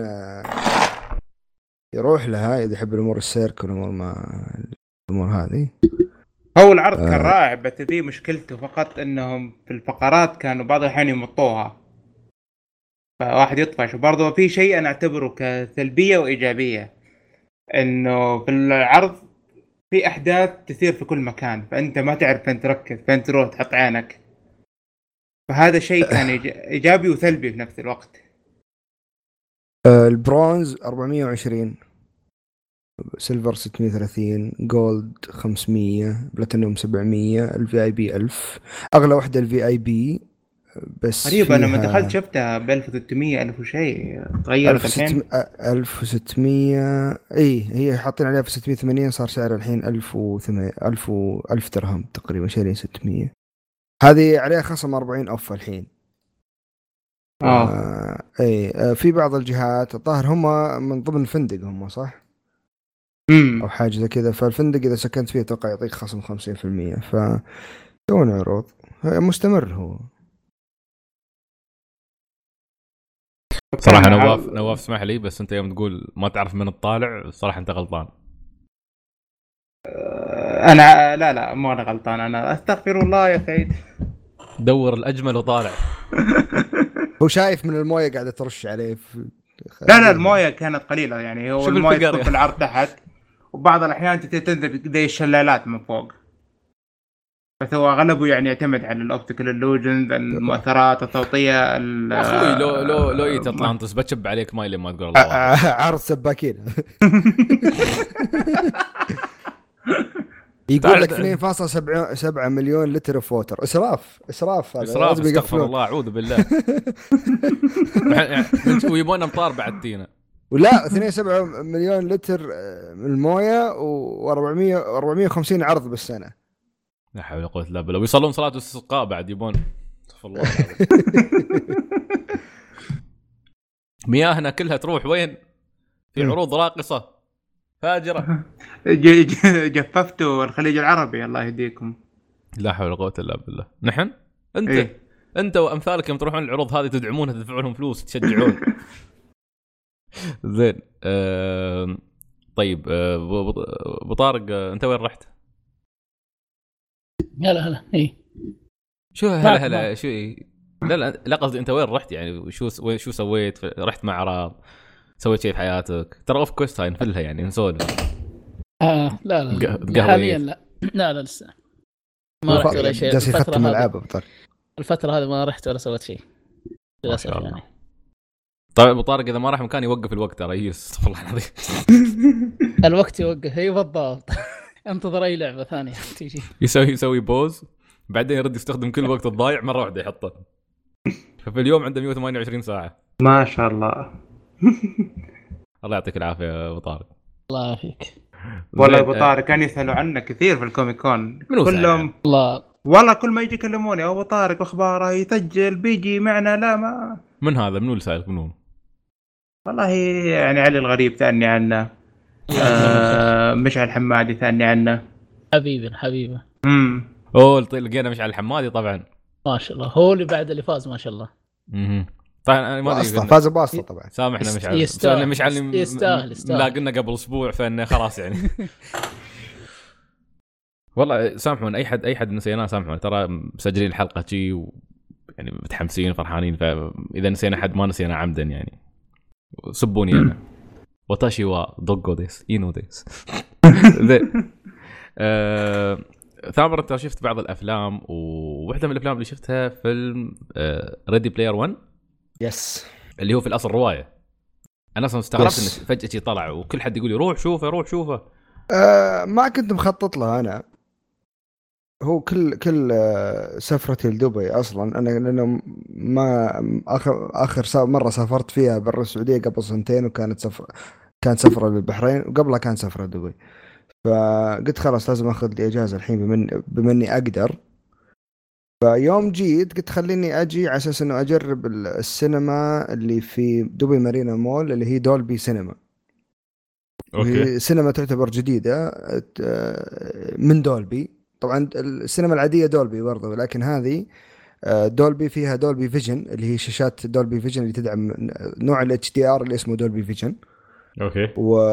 يروح لها إذا يحب الأمور السيرك والأمور الأمور هذه. هو العرض كان رائع بس ذي مشكلته فقط إنهم في الفقرات كانوا بعض الأحيان يمطوها فواحد يطفش. وبرضه في شيء أنا أعتبره كسلبية وإيجابية، إنه في العرض في أحداث تصير في كل مكان فأنت ما تعرف فين تركز فين تروح تحط عينك. فهذا شيء كان إيجابي وسلبي في نفس الوقت. البرونز 420، سيلفر 630، جولد 500، بلاتينيوم 700، الفي اي بي 1000. اغلى وحده الفي اي بي بس قريب انا ما دخلت شفتها ب 1600 1000 وشيء. تغيرت الحين 1600. اي هي حاطين عليها في 680 صار سعر الحين 1000 درهم تقريبا شايلين 600. هذه عليها خصم 40 اوف الحين. اي في بعض الجهات الظاهر هم من ضمن الفندق هم صح او حاجه زي كذا. فالفندق اذا سكنت فيه اتوقع يعطيك خصم 50%. فدون عروض مستمر هو صراحه. نواف اسمح لي بس انت يوم تقول ما تعرف من الطالع صراحه انت غلطان. انا لا مو انا غلطان، انا استغفر الله يا سعيد. دور الاجمل وطالع. هو شايف من المويه قاعده ترش عليه لا المويه كانت قليله يعني. هو المويه تكون في العرض تحت وبعض الاحيان تنزل زي الشلالات من فوق. بس هو اغلبه يعني يعتمد على الاوبتيكال اللوجنز، المؤثرات الصوتيه. اخوي لو ايت اطلانتس بتشب عليك مايل ما تقول الله عرض سباكين. يقول لك 2.7 مليون لتر فوتر. اسراف هذا لازم يقفل الله اعوذ بالله. ويبون امطار بعد تينا. ولا 2.7 مليون لتر من المويه و450 عرض بالسنه. لا حول ولا قوه الا بالله. ويصلون صلاه الاستسقاء بعد يبون. استغفر الله. مياهنا كلها تروح وين؟ في عروض راقصه فاجره. جففتوا الخليج العربي الله يهديكم. لا حول ولا قوه الا بالله. نحن انت إيه؟ انت وامثالك يوم تروحون العروض هذه تدعمونها، تدفعون لهم فلوس، تشجعون. زين. طيب ابو طارق انت وين رحت؟ هلا اي شو هلا شو لا قصدي انت وين رحت يعني، شو سويت؟ رحت معرض؟ سويت شيء في حياتك؟ ترى اوف كويست هاي نفلها يعني نسولف. لا حاليا لا لسه ما رحت ولا شيء. الفترة هذه ما رحت ولا سويت شيء للاسف يعني. طيب ابو طارق اذا ما راح مكان يوقف الوقت ترى. استغفر الله العظيم. الوقت يوقف. اي بالضبط. انتظر اي لعبه ثانيه تيجي. يسوي بوز بعدين يرد يستخدم كل وقت الضايع مره واحده يحطه. ففي اليوم عنده 128 ساعه ما شاء الله. الله يعطيك العافيه يا ابو طارق. الله يعافيك. والله ابو طارق كان يسالوا عنك كثير في الكوميكون كلهم. والله كل ما يجي يكلموني ابو طارق اخباره يسجل بيجي معنا. لا ما من هذا منو اللي سالك منو؟ والله يعني علي الغريب ثاني عنه. مشعل الحمادي ثاني عنه. حبيبي. لقينا مشعل الحمادي طبعا ما شاء الله. هو اللي بعد اللي فاز ما شاء الله. طيب انا ما ادري فاز بواسطه طبعا. سامحنا مشعل. يستاهل لاقنا قبل اسبوع فانه خلاص يعني. والله سامحون اي حد نسيناه سامحون. ترى مسجلين الحلقه شي يعني متحمسين فرحانين، فاذا نسينا حد ما نسينا عمدا يعني. سبوني انا واتاشي وا دوغو ديس ينو ديس. ثامر انت شفت بعض الافلام، وواحده من الافلام اللي شفتها فيلم ريدي بلاير 1. يس اللي هو في الاصل روايه. انا اصلا استغربت انه فجاه شي طلع وكل حد يقول لي روح شوفه. ما كنت مخطط له انا. هو كل سفرتي لدبي اصلا انا لانه ما اخر مره سافرت فيها برا السعوديه قبل 2 سنين، وكانت سفره للبحرين، وقبلها كان سفره دبي. فقلت خلاص لازم اخذ لي اجازه الحين بما اني اقدر. فيوم جيت قلت خليني اجي على اساس انه اجرب السينما اللي في دبي مارينا مول اللي هي دولبي سينما. اوكي. سينما تعتبر جديده من دولبي. طبعا السينما العاديه دولبي برضه، لكن هذه دولبي فيها دولبي فيجن اللي هي شاشات دولبي فيجن اللي تدعم نوع الاتش دي ار اللي اسمه دولبي فيجن. اوكي.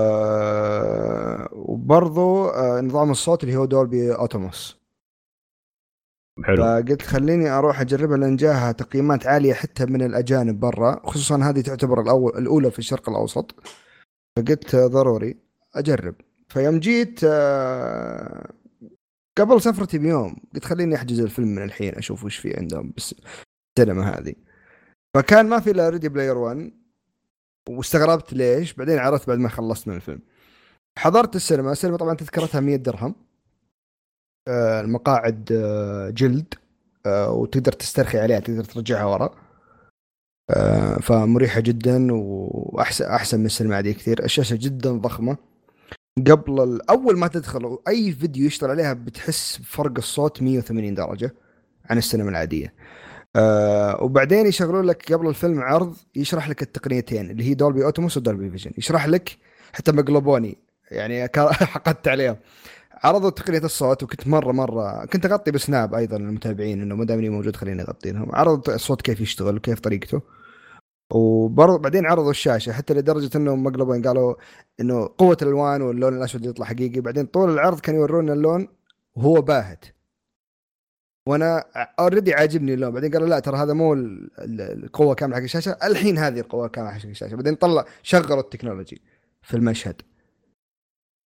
وبرضه نظام الصوت اللي هو دولبي اوتوموس. حلو. فقلت خليني اروح اجربها لان جاها تقييمات عاليه حتى من الاجانب برا، خصوصا هذه تعتبر الاولى في الشرق الاوسط. فقلت ضروري اجرب. فيوم جيت قبل سفرتي بيوم قلت خليني احجز الفيلم من الحين اشوف وش في عندهم بس السينما هذه. فكان ما في الا ريدي بلاير 1، واستغربت ليش. بعدين عرفت بعد ما خلصت من الفيلم. حضرت السينما طبعا تذكرتها 100 درهم. المقاعد جلد، وتقدر تسترخي عليها، تقدر ترجعها ورا. فمريحة جدا وأحسن من السينما عادية كثير. الشاشة جدا ضخمة. قبل أول ما تدخل أي فيديو يشتغل عليها بتحس فرق الصوت 180 درجة عن السينما العادية. وبعدين يشغلون لك قبل الفيلم عرض يشرح لك التقنيتين اللي هي دولبي أوتوموس ودولبي فيجن. يشرح لك حتى مقلوبوني يعني حقدت عليهم. عرضوا تقنية الصوت، وكنت مرة كنت أغطي بسناب أيضا للمتابعين إنه مدامني موجود خليني أغطي لهم. عرضوا الصوت كيف يشتغل وكيف طريقته. وبرضه بعدين عرضوا الشاشة حتى لدرجة إنه مقلبين قالوا إنه قوة الألوان واللون الأسود يطلع حقيقي. بعدين طول العرض كانوا يورونا اللون وهو باهت، وأنا أوريدي عاجبني اللون. بعدين قالوا لا ترى هذا مو القوة كاملة حق الشاشة، الحين هذه القوة كاملة حق الشاشة. بعدين شغلوا التكنولوجي في المشهد.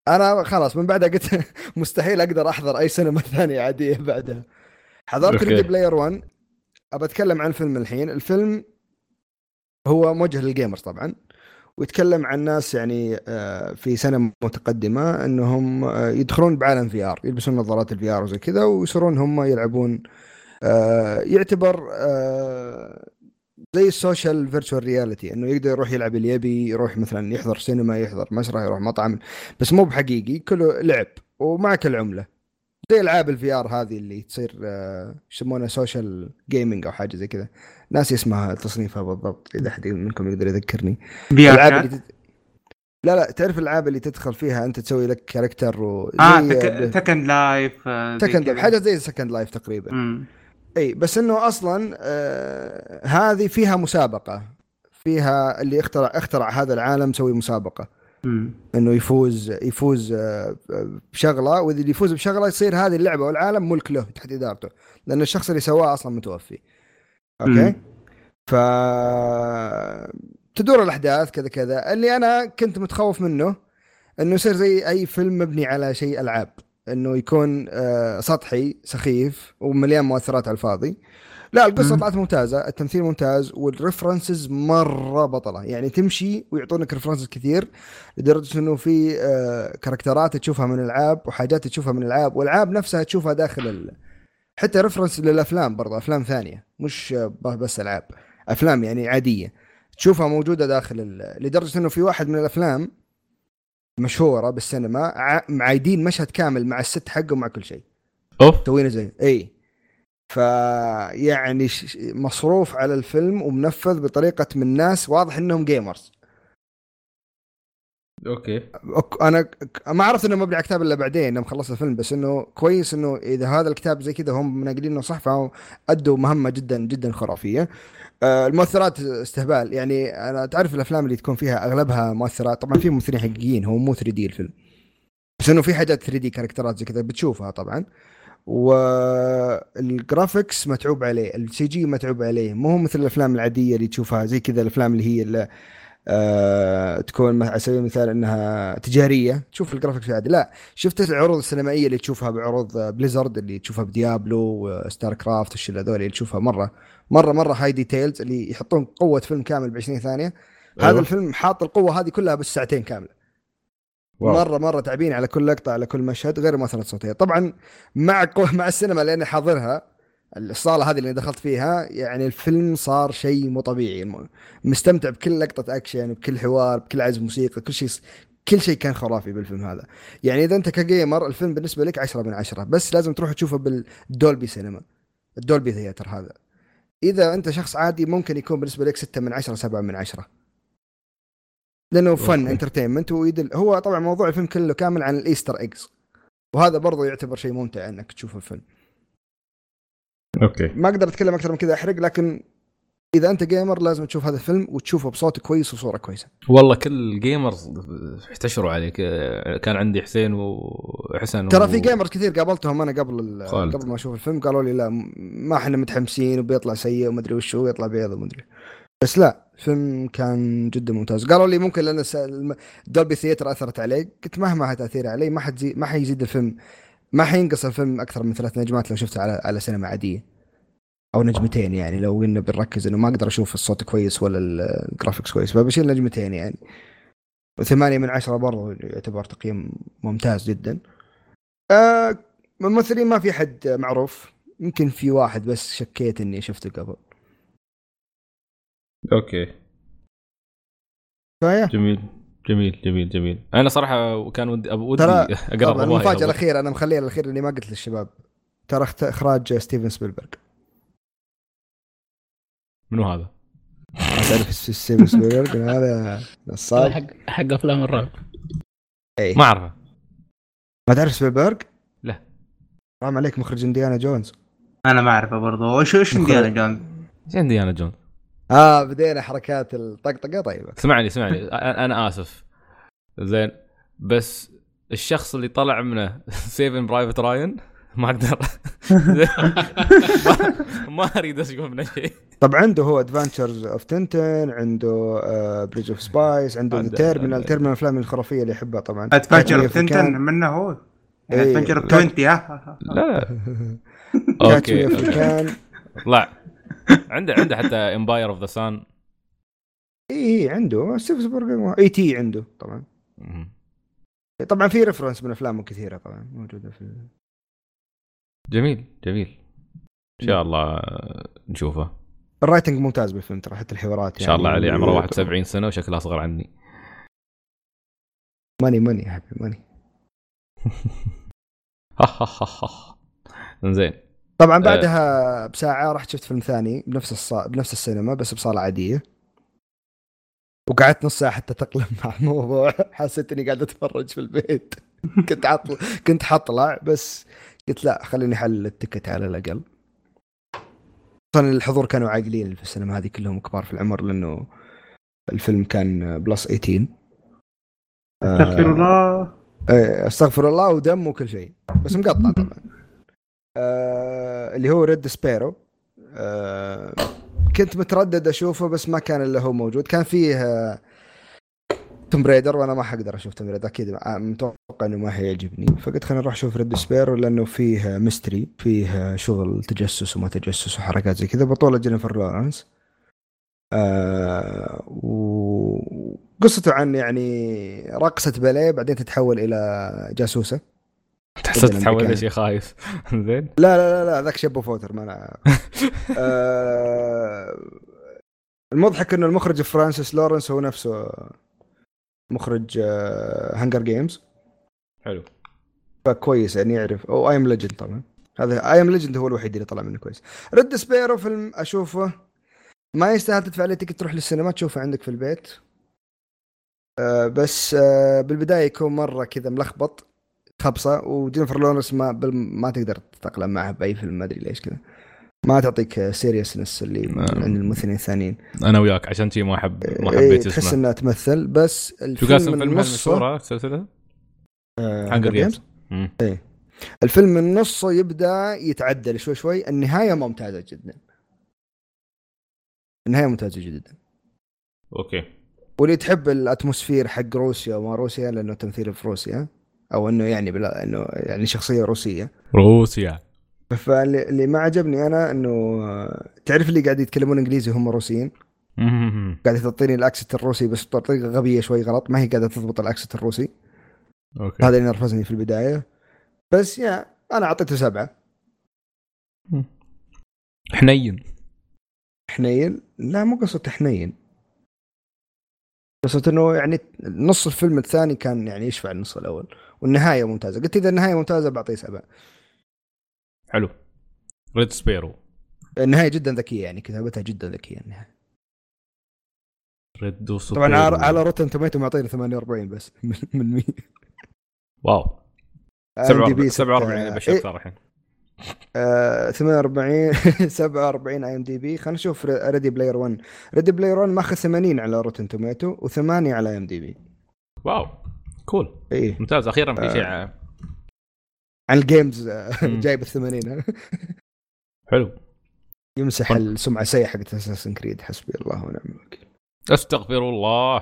انا خلاص من بعدها قلت مستحيل اقدر احضر اي سينما ثانيه عاديه بعدها. حضرت ريدي بلاير 1. ابى اتكلم عن الفيلم الحين. الفيلم هو موجه للجيمرز طبعا، ويتكلم عن ناس يعني في سنه متقدمه انهم يدخلون بعالم في ار، يلبسون نظارات الفي ار وزي كذا ويصيرون هم يلعبون. يعتبر زي السوشيال فيرتشوال رياليتي، انه يقدر يروح يلعب اللي يبي، يروح مثلا يحضر سينما، يحضر مسرح، يروح مطعم، بس مو بحقيقي، كله لعب ومعك العمله، زي العاب الفي ار هذه اللي تصير يسمونها سوشيال جيمنج او حاجه زي كذا، ناس اسمها تصنيفها بالضبط اذا احد منكم يقدر يذكرني. الالعاب اللي لا تعرف الالعاب اللي تدخل فيها انت تسوي لك كاركتر سكند لايف، حاجه زي سكند لايف تقريبا. اي بس انه اصلا هذه فيها مسابقه، فيها اللي اخترع هذا العالم سوي مسابقه انه يفوز بشغله، واذا اللي يفوز بشغله يصير هذه اللعبه والعالم ملك له تحت ادارته، لان الشخص اللي سواه اصلا متوفي. اوكي ف تدور الاحداث كذا. اللي انا كنت متخوف منه انه يصير زي اي فيلم مبني على شيء العاب، انه يكون سطحي سخيف ومليان مؤثرات على الفاضي. لا القصه طلعت ممتازه، التمثيل ممتاز، والريفرنسز مره بطله، يعني تمشي ويعطونك ريفرنسز كثير لدرجه انه في كاركترات تشوفها من العاب وحاجات تشوفها من العاب، والعاب نفسها تشوفها داخل حتى ريفرنس للافلام برضه، افلام ثانيه مش بس العاب، افلام يعني عاديه تشوفها موجوده داخل لدرجه انه في واحد من الافلام مشهوره بالسينما معايدين مشهد كامل مع الست حقه ومع كل شيء توينه زي اي. فيعني مصروف على الفيلم ومنفذ بطريقه من ناس واضح انهم جيمرز. اوكي انا ما عرفت انه مبني على كتاب الا بعدين لما خلصت الفيلم، بس انه كويس انه اذا هذا الكتاب زي كذا هم مناقلينه صح، فهم ادوا مهمه جدا جدا خرافيه. المؤثرات استهبال، يعني انا تعرف الافلام اللي تكون فيها اغلبها مؤثرات، طبعا في ممثلين حقيقيين، هو مو 3 دي الفيلم، بس انه في حاجات 3 دي كاركترات زي كذا بتشوفها طبعا. والجرافيكس متعوب عليه، السي جي متعوب عليه، مو مثل الافلام العاديه اللي تشوفها زي كذا، الافلام اللي هي اللي تكون على سبيل المثال انها تجاريه تشوف الجرافيكس عادي. لا شفت العروض السينمائيه اللي تشوفها بعروض بليزرد، اللي تشوفها بديابلو وستار كرافت والشيء هذول اللي تشوفها مره هاي ديتيلز، اللي يحطون قوه فيلم كامل ب20 ثانيه. أيوة. هذا الفيلم حاط القوه هذه كلها بس ساعتين كامله. مره تعبين على كل لقطه، على كل مشهد، غير مؤثرات صوتيه طبعا مع السينما لاني حاضرها الصاله هذه اللي دخلت فيها. يعني الفيلم صار شيء مو طبيعي، مستمتع بكل لقطه اكشن، بكل حوار، بكل عزف موسيقى، كل شيء كان خرافي بالفيلم هذا. يعني اذا انت كجيمر الفيلم بالنسبه لك 10 من 10، بس لازم تروح تشوفه بالدولبي سينما، الدولبي ثياتر هذا. اذا انت شخص عادي ممكن يكون بالنسبه لك 6 من 10 7 من 10، لانه فن انترتينمنت. هو طبعا موضوع الفيلم كله كامل عن الايستر ايجز، وهذا برضو يعتبر شيء ممتع انك تشوف الفيلم. اوكي ما اقدر اتكلم اكثر من كذا احرق، لكن اذا انت جيمر لازم تشوف هذا الفيلم وتشوفه بصوت كويس وصوره كويسه. والله كل جيمرز احتشروا عليك، كان عندي حسين وحسن ترى في جيمرز كثير قابلتهم انا قبل ما اشوف الفيلم، قالوا لي لا ما احنا متحمسين وبيطلع سيء وما ادري وش هو، يطلع بيض وما ادري، بس لا فيلم كان جدا ممتاز. قالوا لي ممكن لان دولبي ثياتر اثرت عليه، قلت مهما تاثير علي ما حيزيد الفيلم، ما حينقص الفيلم اكثر من 3 نجمات لو شفته على سينما عاديه، او نجمتين. يعني لو قلنا بنركز انه ما اقدر اشوف الصوت كويس ولا الجرافيكس كويس، فبشيل نجمتين يعني. 8 من 10 برضه يعتبر تقييم ممتاز جدا. الممثلين ما في حد معروف، يمكن في واحد بس شكيت اني شفته قبل. اوكي فايا جميل. انا صراحه كان ودي اقرا المفاجاه الاخيره، انا مخليها الاخير اللي ما قلت للشباب، ترى اخراج ستيفن سبيلبرغ. منو هذا؟ تعرف ستيفن سبيلبرغ؟ هذا نصاب حق افلام الرعب. اي ما اعرفه. ما تعرف سبيلبرغ؟ لا حرام عليك، مخرج انديانا جونز. انا ما اعرفه برضه. وش انديانا جونز؟ انديانا جونز بدينا حركات الطقطقه. طيب اسمعني انا اسف زين، بس الشخص اللي طلع منه سيفن برايفت راين ما اقدر ما اريد اشوف منه شيء. طب عنده هو ادفنتشرز اوف تنتن، عنده بريدج اوف سبايس، عنده تيرمينال الافلام الخرافيه اللي يحبها طبعا. ادفنتشر اوف تنتن منه هو ادفنتشر اوف 20. لا اوكي افريكان طلع عنده حتى امباير اوف ذا سان. اي عنده سيفسبورغ اي تي عنده طبعا. طبعا في ريفرنس من افلامه كثيره طبعا موجوده في. جميل ان شاء الله نشوفه. الرايتنج ممتاز بالفيلم ترى، حتى الحوارات ان شاء الله عليه. عمره 71 سنه وشكله اصغر عني. ماني يا حبيبي ماني. زين. طبعا بعدها بساعه رحت شفت فيلم ثاني بنفس السينما بس بصاله عاديه، وقعدت نص ساعه حتى تقلم مع الموضوع. حسيت اني قاعد اتفرج في البيت. كنت حطلع بس قلت لا خليني حل التكت على الاقل. اصلا الحضور كانوا عاقلين في السينما هذه كلهم كبار في العمر لانه الفيلم كان بلس 18. استغفر الله. استغفر الله ودم وكل شيء بس مقطع طبعا. اللي هو ريد سبيرو. كنت متردد اشوفه بس ما كان الا هو موجود. كان فيه توم بريدر وانا ما حقدر اشوف توم بريدر اكيد، متوقع انه ما هيعجبني، فقلت خلينا نروح نشوف ريد سبيرو لانه فيه ميستري، فيه شغل تجسس وما تجسس وحركات زي كذا، بطولة جينيفر لورنس. وقصته عن يعني رقصة باليه بعدين تتحول الى جاسوسة. تحس تتحول لشيء خايف. زين. لا ذاك شابو فوتر ما انا. المضحك انه المخرج فرانسيس لورنس هو نفسه مخرج هانجر جيمز. حلو. فكويس يعني يعرف. او ايم ليجند طبعا، هذا ايم ليجند هو الوحيد اللي طلع منه كويس. ريد سبيرو فيلم اشوفه ما يستاهل تدفع عليه تيكت تروح للسينما تشوفه عندك في البيت. بس بالبدايه يكون مره كذا ملخبط خبصه، وجينيفر لورنس ما تقدر تتأقلم معها باي فيلم، ما ادري ليش كذا ما تعطيك سيريسنس اللي عند الممثلين الثانيين. انا وياك عشان شيء ما حبيت اسمه. تحس انها تمثل بس الفيلم من نصه سلسله هانجر جيمز. ايه الفيلم من نصه يبدا يتعدل شوي. النهايه ممتازه جدا. اوكي. واللي تحب الاتموسفير حق روسيا وما روسيا لانه تمثيل في روسيا او انه يعني انه يعني شخصيه روسيه. فاللي ما عجبني انا انه تعرف اللي قاعد يتكلمون انجليزي هم روسيين. قاعد تعطيني الاكسنت الروسي بس بطريقه غبيه شوي غلط، ما هي قاعده تضبط الاكسنت الروسي. اوكي. هذا اللي نرفزني في البدايه. بس انا اعطيته 7. حنين لا مو قصة حنين، قصة انه يعني نص الفيلم الثاني كان يعني يشفع النص الاول، والنهايه ممتازه. قلت اذا النهايه ممتازه بعطيه 7. حلو. ريد سبيرو النهايه جدا ذكيه، يعني كتابتها جدا ذكيه النهايه. ريد سبيرو طبعا على روتن توميتو معطيني 48 بس من 100. واو. 47 بشكل الحين. 48 47 اي ام دي بي. خلينا نشوف ريدي بلاير 1. ريدي بلاير 1 ماخذ 80 على روتن توميتو و8 على اي ام دي بي. واو كول. إيه؟ ممتاز. اخيرا في شيء عن الجيمز جايب 80. حلو. يمسح السمعه السيئه حقت اساسن كريد. حسبي الله ونعم الوكيل. استغفر الله.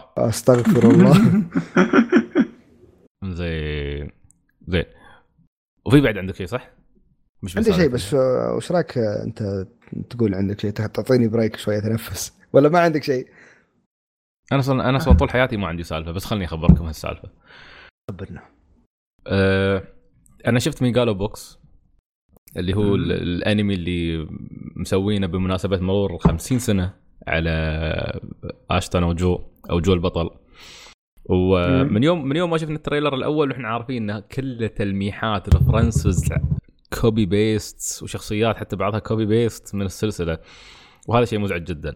زين. وفي بعد عندك شيء صح؟ مش عندي شيء بس وش رايك انت تقول عندك شيء تعطيني بريك شويه اتنفس ولا ما عندك شيء؟ انا طول حياتي ما عندي سالفه بس خلني اخبركم هالسالفه. خبرنا. انا شفت ميغالو بوكس اللي هو الانمي اللي مسوينه بمناسبه مرور 50 سنه على اشتون او جو البطل. ومن يوم ما شفنا التريلر الاول واحنا عارفين انها كل تلميحات ريفرنسز كوبي بيست وشخصيات حتى بعضها كوبي بيست من السلسله، وهذا شيء مزعج جدا.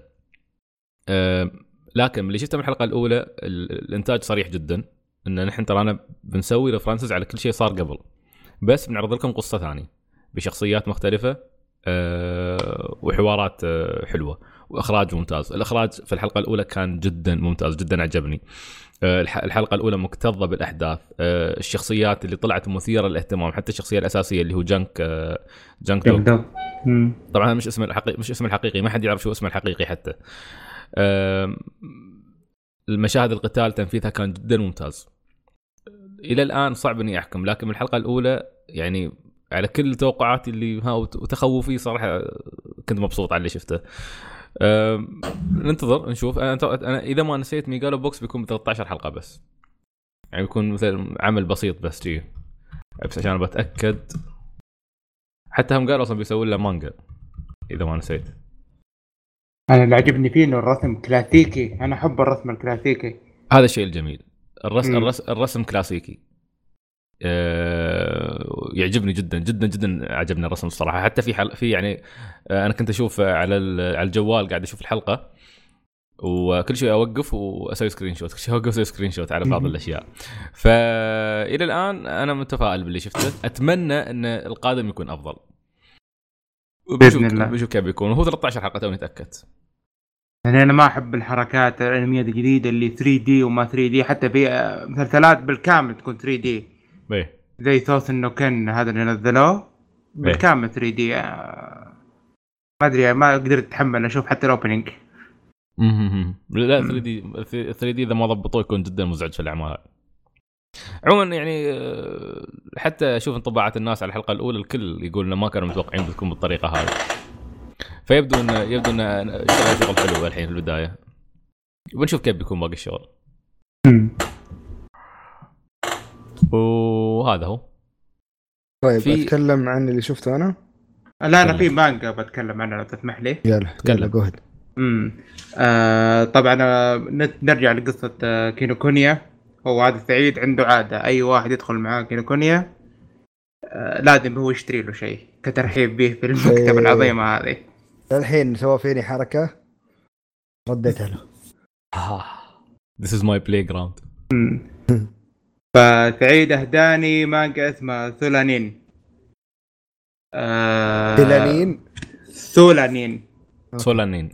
لكن اللي شفته من الحلقه الاولى الانتاج صريح جدا ان نحن ترانا بنسوي ريفرنسز على كل شيء صار قبل، بس بنعرض لكم قصه ثانيه بشخصيات مختلفه وحوارات حلوه. واخراج ممتاز. الاخراج في الحلقه الاولى كان جدا ممتاز، جدا عجبني. الحلقه الاولى مكتظه بالاحداث، الشخصيات اللي طلعت مثيره للاهتمام، حتى الشخصيه الاساسيه اللي هو جانك دوغ. طبعا مش اسمه الحقيقي، ما حد يعرف شو اسمه الحقيقي حتى. المشاهد القتال تنفيذها كان جدا ممتاز. الى الان صعب اني احكم، لكن من الحلقه الاولى يعني على كل توقعاتي اللي وتخوفي صراحه كنت مبسوط على اللي شفته. ننتظر نشوف. انا اذا ما نسيت ميغالو بوكس بيكون 13 حلقه بس، يعني بيكون مثل عمل بسيط بس جي، بس عشان بتاكد. حتى هم قالوا اصلا بيسوي له مانجا اذا ما نسيت. انا اللي عجبني فيه انه الرسم كلاسيكي، انا احب الرسم الكلاسيكي، هذا الشيء الجميل. الرسم كلاسيكي. يعجبني جدا جدا جدا، عجبني الرسم الصراحه. حتى في يعني انا كنت اشوف على الجوال، قاعد اشوف الحلقه وكل شيء اوقف واسوي سكرين شوت، كل شيء اوقف واسوي سكرين شوت على بعض الاشياء. فالى الان انا متفائل باللي شفته، اتمنى ان القادم يكون افضل باذن الله. بشوف كيف بيكون. وهو 13 حلقه توني اتاكدت. يعني انا ما احب الحركات الانميه الجديده اللي 3 دي وما 3 دي، حتى في مسلسلات بالكامل تكون 3 دي زي ثوث انه كان هذا اللي نزلوه بالكامل 3 دي. ما ادري، ما قدرت اتحمل اشوف حتى الاوبننج. لا 3 دي اذا ما ضبطوه يكون جدا مزعج في الاعمال. عموما يعني حتى اشوف انطباعات الناس على الحلقه الاولى، الكل يقول انه ما كانوا متوقعين بتكون بالطريقه هذه. فيبدو ان شغل حلو الحين في البدايه، ونشوف كيف بيكون باقي الشغل. وهذا هو. طيب اتكلم عن اللي شفته انا. لا انا في مانجا بتكلم عنها لو تسمح لي. يلا جوهد. طبعا نرجع لقصه كينوكونيا. هو هذا سعيد عنده عاده، اي واحد يدخل معاه كينوكونيا لازم هو يشتري له شيء كترحيب به في المكتبه العظيمه هذه. الحين سوى فيني حركه رديتها له. This is my playground. فسعيد اهداني مانجا اسمها ثولانين. سولانين.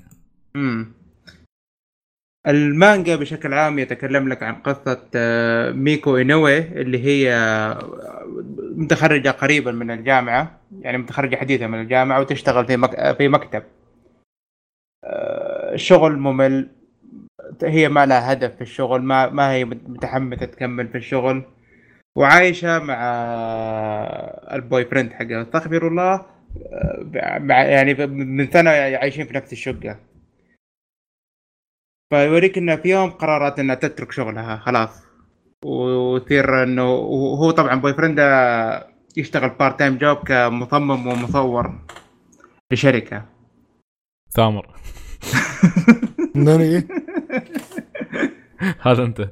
المانجا بشكل عام يتكلم لك عن قصة ميكو إينوي، اللي هي متخرجة قريبا من الجامعة، يعني متخرجة حديثة من الجامعة وتشتغل في مكتب. الشغل ممل، هي ما لها هدف في الشغل، ما هي متحمسة تكمل في الشغل، وعايشة مع البوي فريند حقها، استغفر الله، يعني من سنة عايشين في نفس الشقة. فيوريك انه في يوم قررت انها تترك شغلها خلاص، وتصير انه هو طبعا بوي فريند يشتغل بارت تايم جوب كمصمم ومصور لشركة ثامر. ناني هذا انت.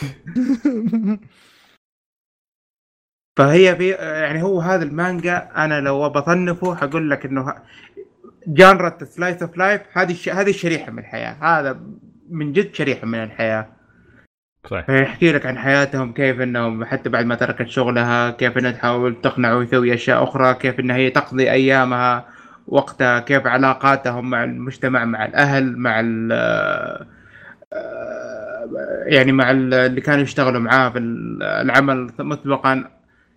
فهي في يعني هو هذا المانجا انا لو بصنفه حقول لك انه جانرة سلايس اوف لايف. هذه الشريحة من الحياة، هذا من جد شريحة من الحياة. صحيح. يحكي لك عن حياتهم، كيف انهم حتى بعد ما تركت شغلها كيف انها تحاول تقنع ويسوي اشياء اخرى، كيف انها هي تقضي ايامها وقتها، كيف علاقاتهم مع المجتمع، مع الاهل، مع يعني مع اللي كانوا يشتغلوا معاه في العمل مسبقا،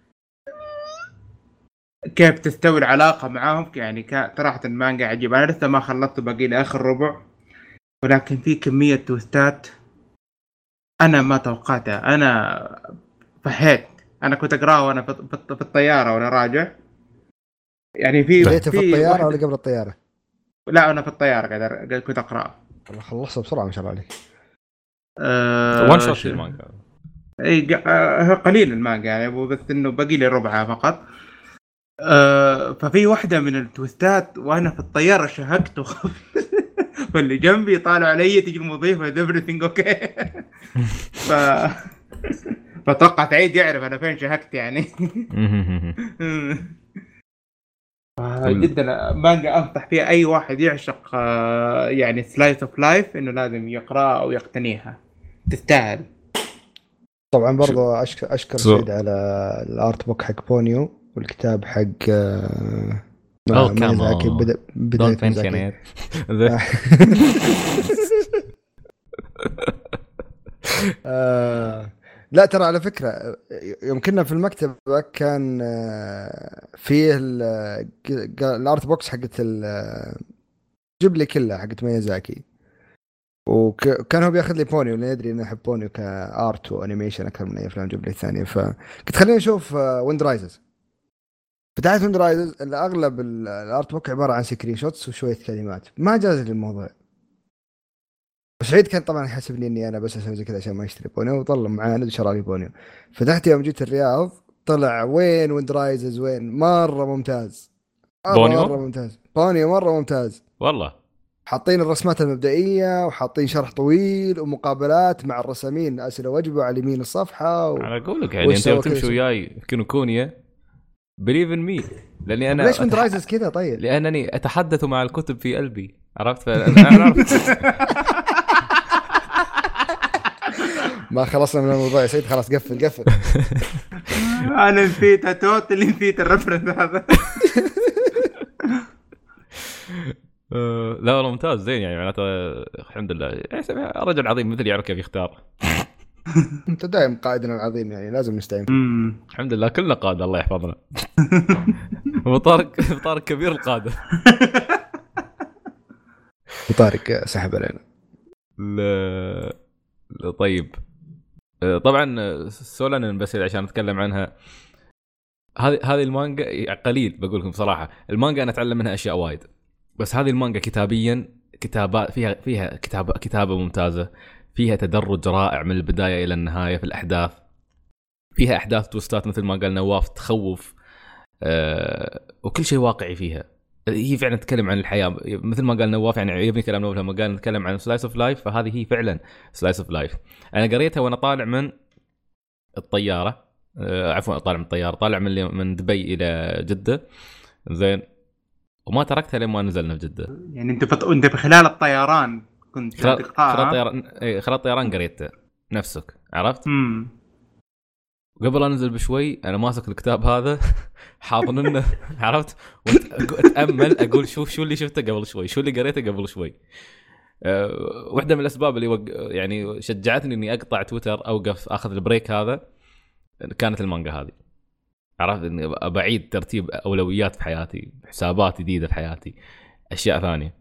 كيف تستوي العلاقة معاهم. يعني صراحة المانجا عجيب. أنا لسه ما خلصت، باقي لي آخر ربع، ولكن في كمية توستات أنا ما توقعتها. أنا فحيت، أنا كنت أقرأه وأنا في الطيارة وأنا راجع. يعني في الطيارة ولا قبل الطيارة؟ لا أنا في الطيارة قاعد كنت أقرأ. والله خلصت بسرعة ما شاء الله عليك. وان شوت المانجا. أي قليل المانجا يعني، بس إنه باقي لي ربعها فقط. ففي واحدة من التويستات وأنا في الطيارة شهقت فاللي جنبي طالع علي تيجي المضيفة everything okay. فتوقع سعيد يعرف أنا فين شهقت يعني. جدا مانجا أنصح فيها أي واحد يعشق يعني سلايس اوف لايف إنه لازم يقرأ أو يقتنيها، تستاهل. طبعا برضو أشكر سعيد على الارت بوك حق بونيو والكتاب حق ميازاكي بداية ميازاكي. لا ترى على فكرة يوم كنا في المكتبة كان فيه الارت بوكس حقت جيبلي كلها حقت ميازاكي، وكان هو بياخذ لي بونيو لأن يدري اني احب بونيو كارت وانيميشن اكثر من اي افلام جيبلي الثانيه. فكنت خليني اشوف ويند رايزز. فتحت ويند رايزز اللي اغلب الارت بوك عباره عن سكرين شوتس وشويه كلمات، ما جاز لي الموضوع. سعيد كان طبعا يحسبني اني انا بس اسوي زي كذا عشان ما اشتري بونيو، وظل معانا وشرى لي بونيو. فتحت يوم جيت الرياض طلع وين ويند رايزز، وين مره ممتاز. مره ممتاز بونيو، مره ممتاز والله. حاطين الرسمات المبدئيه وحاطين شرح طويل ومقابلات مع الرسامين، اسئله وجبه على يمين الصفحه انا اقول لك يعني انت تمشي وياي كونيا بليف ان مي، لاني انا ليش ويند رايزز كذا؟ طيب لانني اتحدث مع الكتب في قلبي، عرفت؟ فانا عرفت. ما خلصنا من الموضوع يا سيد، خلاص قفل. انا نسيت توتالي نسيت الرفرنس هذا. لا والله ممتاز زين يعني معناته الحمد لله رجل عظيم مثل يعرف كيف يختار. انت دائم قائدنا العظيم يعني لازم نستعين. الحمد لله كلنا قادة الله يحفظنا. وطارق كبير القادة. وطارق سحب علينا. طيب طبعا سولان بس عشان نتكلم عنها، هذه المانجا قليل بقول لكم بصراحة. المانجا أنا أتعلم منها أشياء وايد، بس هذه المانجا كتابيا كتابات فيها كتابة ممتازة، فيها تدرج رائع من البداية إلى النهاية في الأحداث، فيها أحداث توستات مثل ما قال نواف تخوف، وكل شيء واقعي فيها. هي فعلا تتكلم عن الحياة مثل ما قال نواف، يعني عجبني كلام نواف لما قال نتكلم عن سلايس اوف لايف، فهذه هي فعلا سلايس اوف لايف. أنا قريتها وأنا طالع من الطيارة، عفوا طالع من دبي إلى جدة، زين، وما تركتها لما نزلنا في جدة. يعني انت في خلال الطيران كنت خلال الطيران قريته نفسك، عرفت؟ قبل انزل بشوي انا ماسك الكتاب هذا حاضننه، عرفت؟ واتامل اقول شو اللي شفته قبل شوي، شو اللي قريته قبل شوي. واحده من الاسباب اللي يعني شجعتني اني اقطع تويتر، اوقف اخذ البريك هذا، كانت المانجا هذه. عرفت اني بعيد ترتيب اولويات في حياتي، حسابات جديده في حياتي، اشياء ثانيه.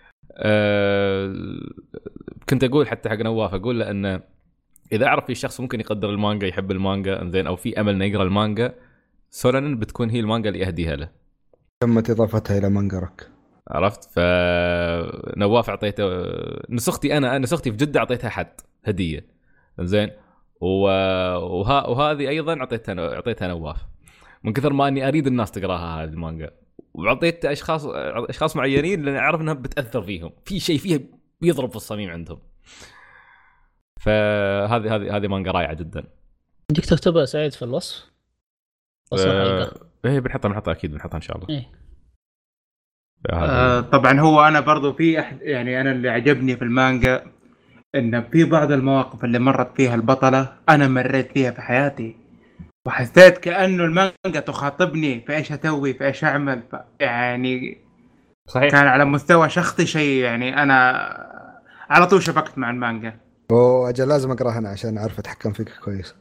كنت اقول حتى حق نواف، اقول له انه اذا اعرف في شخص ممكن يقدر المانجا، يحب المانجا زين، او في امل انه يقرا المانجا، سولان بتكون هي المانجا اللي اهديها له. تمت اضافتها الى مانجارك، عرفت؟ فنواف اعطيته نسختي، انا نسختي في جده اعطيتها حد هديه، زين، وهذه ايضا اعطيتها نواف، من كثر ما اني اريد الناس تقراها هذه المانجا، وعطيت اشخاص معينين لان اعرف انها بتاثر فيهم، في شيء فيها بيضرب في الصميم عندهم. فهذه مانجا رائعه جدا. بدك تكتبها سعيد في الوصف؟ ايه بنحطها اكيد بنحطها ان شاء الله. إيه. طبعا هو انا برضو في يعني انا اللي عجبني في المانجا ان في بعض المواقف اللي مرت فيها البطله انا مريت فيها في حياتي، وحسيت كانه المانجا تخاطبني في ايش اسوي، في ايش اعمل. يعني صحيح كان على مستوى شخصي شيء، يعني انا على طول شبكت مع المانجا. اجل لازم اقراها انا عشان اعرف اتحكم فيك كويس.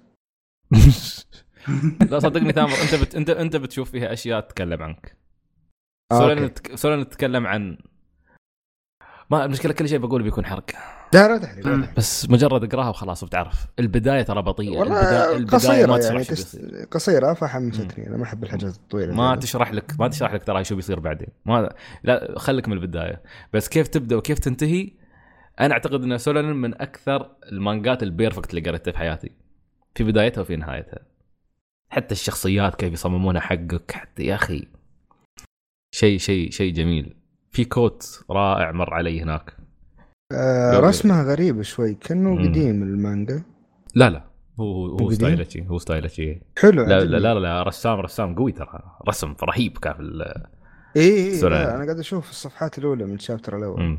لا صدقني ثامر، انت بتشوف فيها اشياء تتكلم عنك. سولان نتكلم عن ما المشكله، كل شيء بقول بيكون حرق. لا تحرق، بس مجرد اقراها وخلاص وبتعرف. البدايه ترى بطيئه، البدايه قصيره يعني قصيره، فحمستني. انا ما احب الحاجات الطويله، ما تشرح لك ترى شو بيصير بعدين، لا خليك من البدايه، بس كيف تبدا وكيف تنتهي. انا اعتقد ان سولان من اكثر المانجات البيرفكت اللي قريتها في حياتي، في بدايتها وفي نهايتها. حتى الشخصيات كيف يصممونها حقك، حتى يا اخي شيء جميل. في كوت رائع مر علي هناك. رسمها غريب شوي، كأنه قديم المانجا. لا هو ستايلتشي حلو. لا رسام قوي ترى، رسم رهيب كان. ايه انا قاعد اشوف الصفحات الاولى من الشابتر الاول.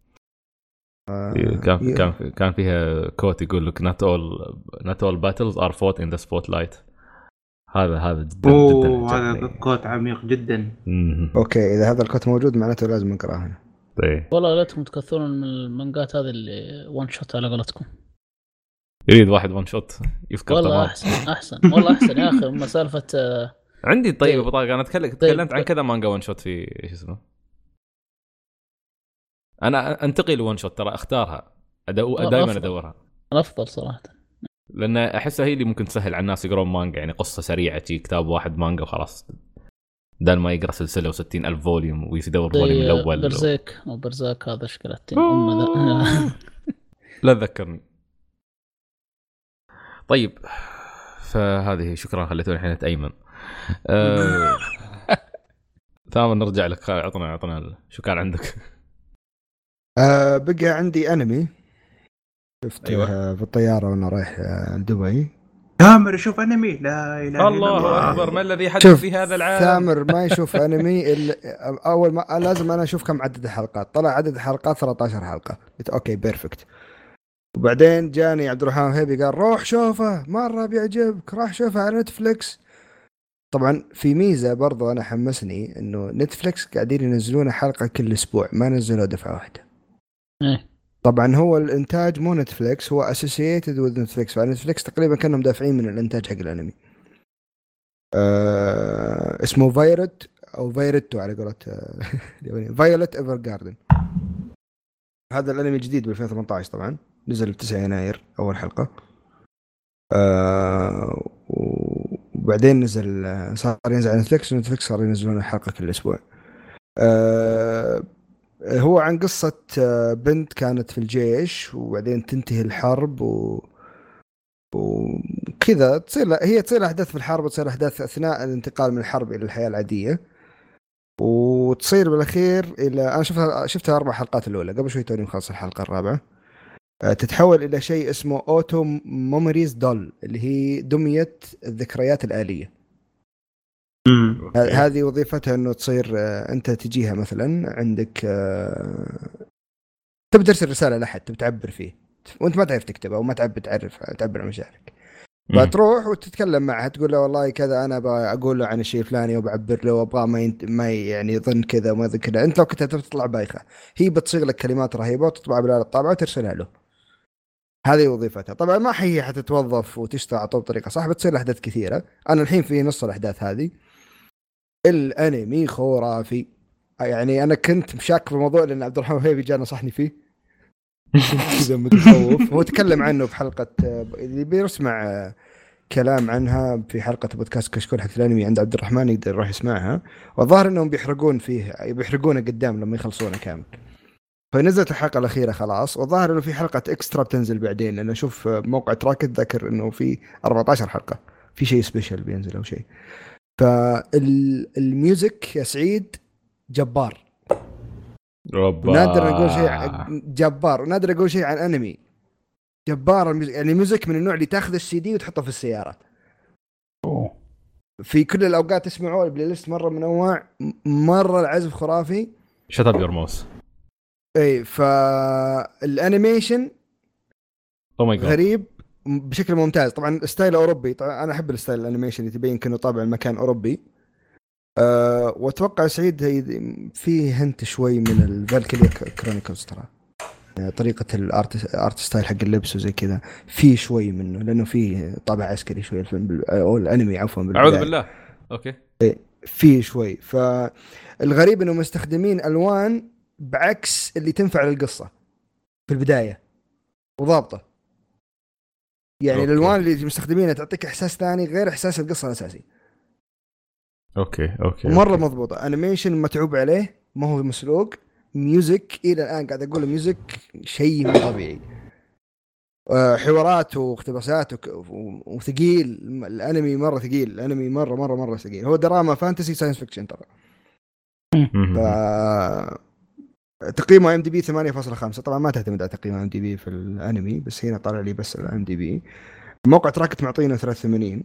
كان فيها كوت يقول لك not all battles are fought in the spotlight. هذا جدا جدا هذا كوت عميق جدا. اوكي اذا هذا الكوت موجود معناته لازم نقراه هنا. طيب والله ليتكم تكثرون من المانجات هذه اللي وان شوت على قولتكم. يريد واحد وان شوت يذكر والله تمام. احسن والله احسن يا اخي. مسالفه عندي طيب بطاقه انا تكلمت عن كذا مانجا وان شوت في ايش اسمه. انا انتقي لوان شوت ترى اختارها دائما ادورها افضل صراحه لان احسها هي اللي ممكن تسهل على الناس يقرون مانجا يعني قصه سريعه شيء كتاب واحد مانجا وخلاص بدل ما يقرا سلسله و60,000 فوليوم ويدور فوليوم الاول. برزاك هذا شكلتين ذا لا تذكرني. طيب فهذه شكرا خليتوني الحين اتأيمن. ثامن نرجع لك عطنا شو كان عندك. بقى عندي انمي شفته أيوة. في الطياره وانا رايح دبي. ثامر يشوف انمي؟ لا اله الا الله اكبر. ما الذي حدث في هذا العالم؟ ثامر ما يشوف انمي اول ما لازم انا اشوف كم عدد الحلقات. طلع عدد الحلقات 13 حلقه. قلت اوكي بيرفكت. وبعدين جاني عبد الرحمن هيبي قال روح شوفه مره بيعجبك، راح شوفه على نتفليكس. طبعا في ميزه برضو انا حمسني انه نتفليكس قاعدين ينزلون حلقه كل اسبوع، ما نزلوا دفعه واحده. طبعا هو الانتاج مو نتفليكس، هو اسوسييتد وذ نتفليكس، فنتفليكس تقريبا كانهم دافعين من الانتاج حق الانمي. اسمه فايرت او فايرتو على قولة فايولت ايفر جاردن. هذا الانمي جديد ب 2018 طبعا، نزل ب 9 يناير اول حلقه. وبعدين نزل صار ينزل على نتفليكس، ونتفليكس صار ينزلون الحلقه كل اسبوع. هو عن قصة بنت كانت في الجيش وبعدين تنتهي الحرب وكذا تصير أحداث في الحرب وتصير أحداث أثناء الانتقال من الحرب إلى الحياة العادية. وتصير بالأخير إلى أنا شفتها 4 حلقات الأولى قبل شوي توني مخلص الحلقة الرابعة. تتحول إلى شيء اسمه أوتو ميموريز دول اللي هي دمية الذكريات الآلية. هذه وظيفتها انه تصير انت تجيها مثلا عندك تبي ترسل رساله لاحد تبي تعبر فيه وانت ما تعرف تكتب او ما تعبر عن مشاعرك، فتروح وتتكلم معها تقول له والله كذا انا بقول له عن الشيء الفلاني وبعبر له وابغى ما يعني يظن كذا وما يظن كذا. انت لو كتبت تطلع بايخه، هي بتصيغ لك كلمات رهيبه وتطبع بالآلة الطابعه وترسلها له. هذه وظيفتها. طبعا ما هي حتتوظف وتشتغل على طريقه صح، بتصير احداث كثيره. انا الحين في نص الاحداث هذه. الانمي خرافي يعني. انا كنت مشاك في الموضوع لان عبد الرحمن هيبي جاء نصحني فيه كذا متخوف. هو تكلم عنه في حلقه اللي بيسمع كلام عنها في حلقه بودكاست كشكول حق الانمي عند عبد الرحمن يقدر يروح يسمعها. والظاهر انهم بيحرقونه قدام لما يخلصونه كامل. فنزلت الحلقه الاخيره خلاص، والظاهر انه في حلقه اكسترا بتنزل بعدين، لان اشوف موقع تراك ذكر انه في 14 حلقه في شيء سبيشال بينزل او شيء. فالميوزك يا سعيد جبار. نادر اقول شيء جبار، نادر اقول شيء عن انمي جبار. الميوزك يعني ميوزك من النوع اللي تاخذ السي دي وتحطه في السياره. في كل الاوقات تسمعوه. البلاي ليست مره منوع، مره العزف خرافي. شت اب يور ماوس. اي فالانيميشن غريب بشكل ممتاز. طبعا ستايل اوروبي. طبعا انا احب الستايل الانيميشن اللي تبين كأنه طابع المكان اوروبي. واتوقع سعيد هي فيه هنت شوي من الفالكيريا كرونيكلز ترى. طريقه الارت ستايل حق اللبس وزي كذا في شوي منه، لانه فيه طابع عسكري شوي الفيلم او الانمي عفوا اعوذ بالله. اوكي في شوي. فالغريب انه مستخدمين الوان بعكس اللي تنفع للقصه في البدايه وضابطه. يعني الالوان اللي مستخدمينها تعطيك احساس ثاني غير احساس القصه الاساسي. اوكي مره مضبوطه. انيميشن متعوب عليه، ما هو مسلوق. ميوزك الى الان قاعد اقول ميوزك شيء مو طبيعي. حوارات واقتباسات وثقيل. الانمي مره ثقيل. الانمي مره ثقيل. هو دراما فانتسي ساينس فيكشن ترى. تقييمه IMDb 8.5. طبعا ما تعتمد على تقييم IMDb في الانمي، بس هنا طالع لي بس IMDb. موقع تراكت معطينه 83.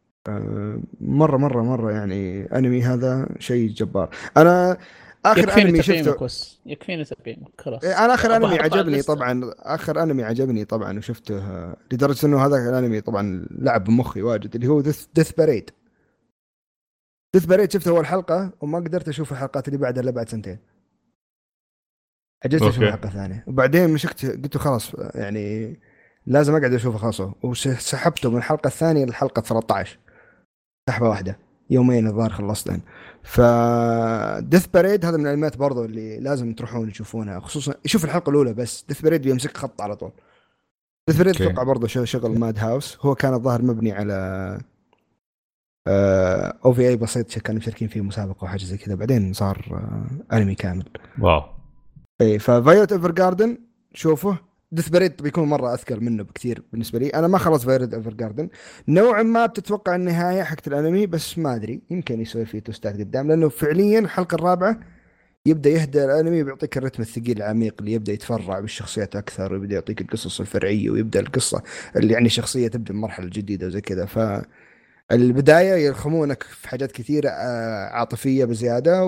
مرة يعني انمي هذا شيء جبار. انا اخر انمي شفته يكفيني تقييمك خلاص. انا اخر انمي عجبني طبعا. اخر انمي عجبني طبعا وشفته لدرجة انه هذا الانمي طبعا لعب بمخي واجد، اللي هو ديث باريد. ديث باريد شفت اول حلقه وما قدرت اشوف الحلقات اللي بعدها الا بعد سنتين. عجزت اشوف حلقه ثانيه وبعدين مشكت قلت خلاص يعني لازم اقعد اشوفه خلاص، وسحبته من الحلقه الثانيه للحلقه 13 سحبه واحده يومين الظاهر خلصتهن. ف ديث باريد هذا من الانميات برضو اللي لازم تروحون تشوفونها، خصوصا شوف الحلقه الاولى بس. ديث باريد بيمسك خط على طول. ديث باريد اتوقع برضو شغل ماد هاوس، هو كان الظاهر مبني على او في اي بسيط كانوا مشاركين فيه مسابقه وحاجه زي كذا، بعدين صار انمي كامل. واو. اي ففايولت ايفر جاردن شوفه. ديث باريد بيكون مره اذكر منه بكثير بالنسبه لي. انا ما خلص فايولت ايفر جاردن، نوعا ما بتتوقع النهايه حقت الانمي بس ما ادري يمكن يسوي فيه توستات قدام، لانه فعليا الحلقه الرابعه يبدا يهدى الانمي ويعطيك الرتم الثقيل العميق اللي يبدا يتفرع بالشخصيات اكثر ويبدا يعطيك القصص الفرعيه ويبدا القصه اللي يعني شخصيه تبدا بمرحله جديده وزي كذا. فالبدايه يرخمونك في حاجات كثيره عاطفيه بزياده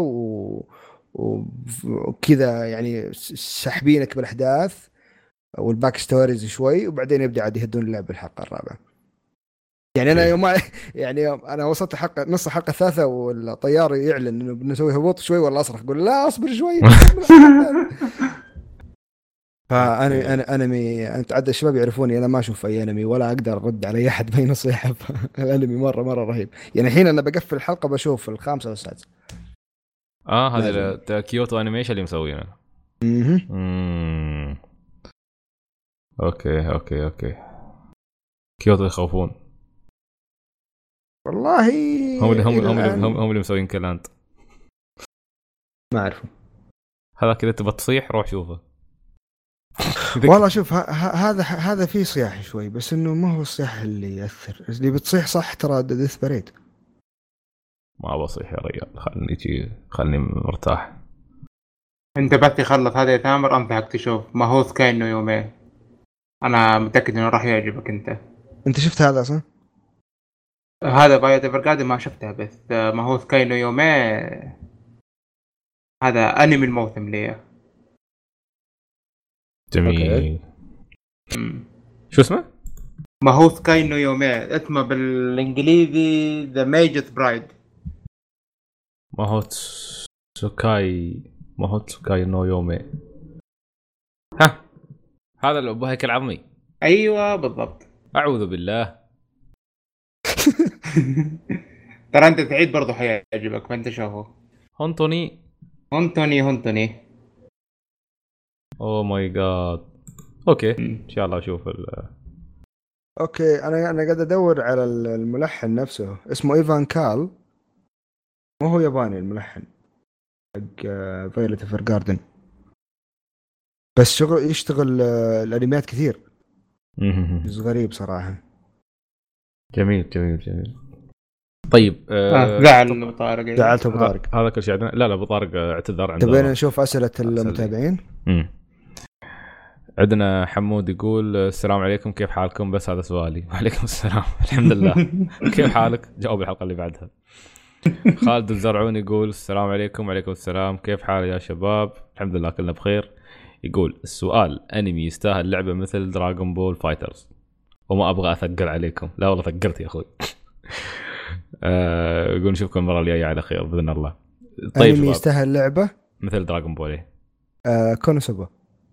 وكذا يعني سحبينك بالاحداث والباك ستوريز شوي، وبعدين يبدا عاد يهدون اللعب بالحلقه الرابعه. يعني انا يوم يعني انا وصلت حلقه نص الحلقه الثالثه والطيار يعلن انه بنسوي هبوط شوي ولا اصرخ اقول لا اصبر شوي. فانا انمي انت عاد الشباب يعرفوني انا ما اشوف اي انمي ولا اقدر ارد على اي احد باي نصيحه. الانمي مره رهيب يعني. الحين انا بقفل الحلقه بشوف الخامسه والسادسه. هذا كيوتو انيميشن اللي مسوينه. اوكي كيوتو يخوفون والله. هم اللي مسوين كلانت. ما اعرفه هذا كذا تبى تصيح روح شوفه. والله شوف هذا فيه صياح شوي بس انه ما هو الصياح اللي يأثر. اللي بتصيح صح ترى ديث باريد. ما بصيح يا ريال خلني مرتاح. انت بس تخلص هذا يا ثامر انصحك تشوف ما هو سكاي انه يومين. انا متاكد انه راح يعجبك. انت شفت هذا اصلا؟ هذا بايو ديفرغادي ما شفتها بس ما هو سكاي انه يومين هذا انمي الموسم ليه. جميل. شو اسمه؟ ما هو سكاي انه يومين، اسمه بالانجليزي ذا ميجس برايد. ما هو سكاي انه يومين. ها هذا اللي ابو هيكل عظمي. ايوه بالضبط. اعوذ بالله. ترى انت سعيد برضو حيعجبك فانت شوفه. هونتوني اوه ماي جاد. اوكي ان شاء الله اشوف اوكي انا قاعد ادور على الملحن نفسه اسمه ايفان كال. ما هو ياباني الملحن حق فايولت ايفر جاردن بس يشتغل الانميات كثير. غريب صراحه. جميل طيب زعل ابو طارق. زعلت ابو طارق. هذا كل شيء عندنا. لا ابو طارق اعتذر عنده. تبين نشوف اسئله المتابعين. عندنا حمود يقول السلام عليكم كيف حالكم؟ بس هذا سؤالي. وعليكم السلام الحمد لله. كيف حالك؟ جاوب الحلقه اللي بعدها. خالد الزرعون يقول السلام عليكم. وعليكم السلام كيف حال يا شباب؟ الحمد لله كلنا بخير. يقول السؤال انمي يستاهل لعبه مثل دراغون بول فايترز؟ وما ابغى اثقل عليكم. لا والله ثقلت يا اخوي. يقول نشوفكم المره الجايه على خير باذن الله. طيب انمي يستاهل لعبه مثل دراغون بول كونوسوبا.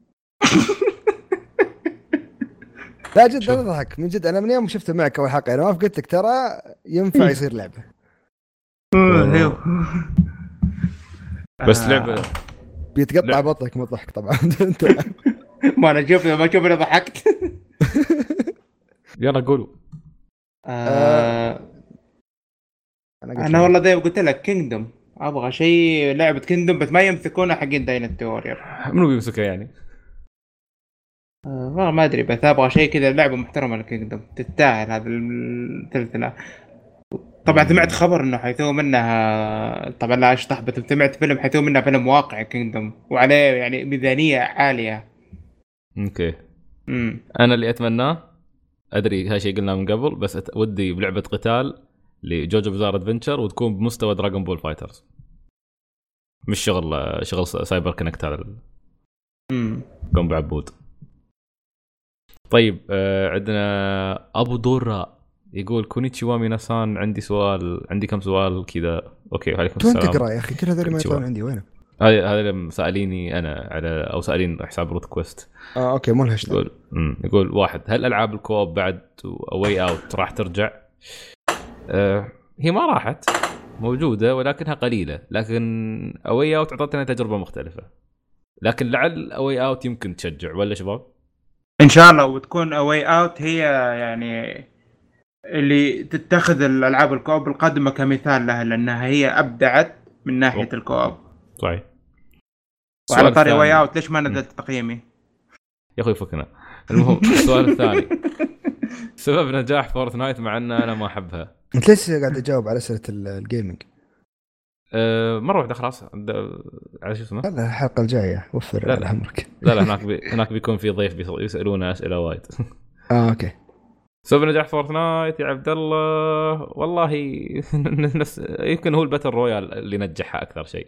لا جد اضحك من جد. انا من يوم شفته معك اول حلقه انا ما قلت لك ترى ينفع يصير لعبه. بس لعبه بيتقطع بطنك من الضحك طبعا. انت ما انا ما اشوف انا ضحكت. يلا قولوا. انا والله زي ما قلت لك كينجدوم. ابغى شيء لعبه كينجدوم بس ما يمسكونها حقين داينتي وورير. منو بيمسكها يعني؟ ما ادري بس ابغى شيء كذا لعبه محترمه لكينجدوم تستاهل هذا السلسله. طبعا سمعت خبر انه حيسووا منها طبعا لا اشطح بس سمعت فيلم حيسووا منها فيلم واقعي كينجدوم وعليه يعني ميزانيه عاليه. اوكي. انا اللي اتمناه ادري هالشيء قلنا من قبل بس ودي بلعبه قتال لجوجو بزار ادفنتشر وتكون بمستوى دراغون بول فايترز مش شغل سايبر كونكت هذا. قوم بعبود. طيب عندنا ابو دورة يقول كونيتشيوا ميناسان، عندي كم سؤال كذا. اوكي وعليكم السلام. وين تقرا يا اخي كل هذول ما يطلعون عندي وين؟ هذا ساليني انا على او سالين حساب روت كويست. اوكي مو الهاشتاج. يقول واحد، هل العاب الكوب بعد واي اوت راح ترجع؟ هي ما راحت، موجوده ولكنها قليله، لكن واي اوت اعطتنا تجربه مختلفه، لكن لعل واي اوت يمكن تشجع ولا شباب؟ ان شاء الله. وتكون واي اوت هي يعني اللي تتخذ الالعاب الكوب القادمه كمثال لها، لانها هي ابدعت من ناحيه الكوب. صحيح. وعلى طاري واي اوت، ليش ما نزلت تقييمي يا اخوي؟ فكنا. المهم السؤال الثاني، سبب نجاح فورتنايت مع ان انا ما احبها. انت لسه قاعد تجاوب على اسئله الجيمنج؟ مره واحده خلاص على شو اسمه. لا الحلقه الجايه وفر على عمرك. لا هناك بيكون في ضيف بيسالونا اسئله وايد. اوكي. سبب نجاح فورتنايت يا عبد الله، والله نفس يمكن هو الباتل رويال اللي نجحها اكثر شيء.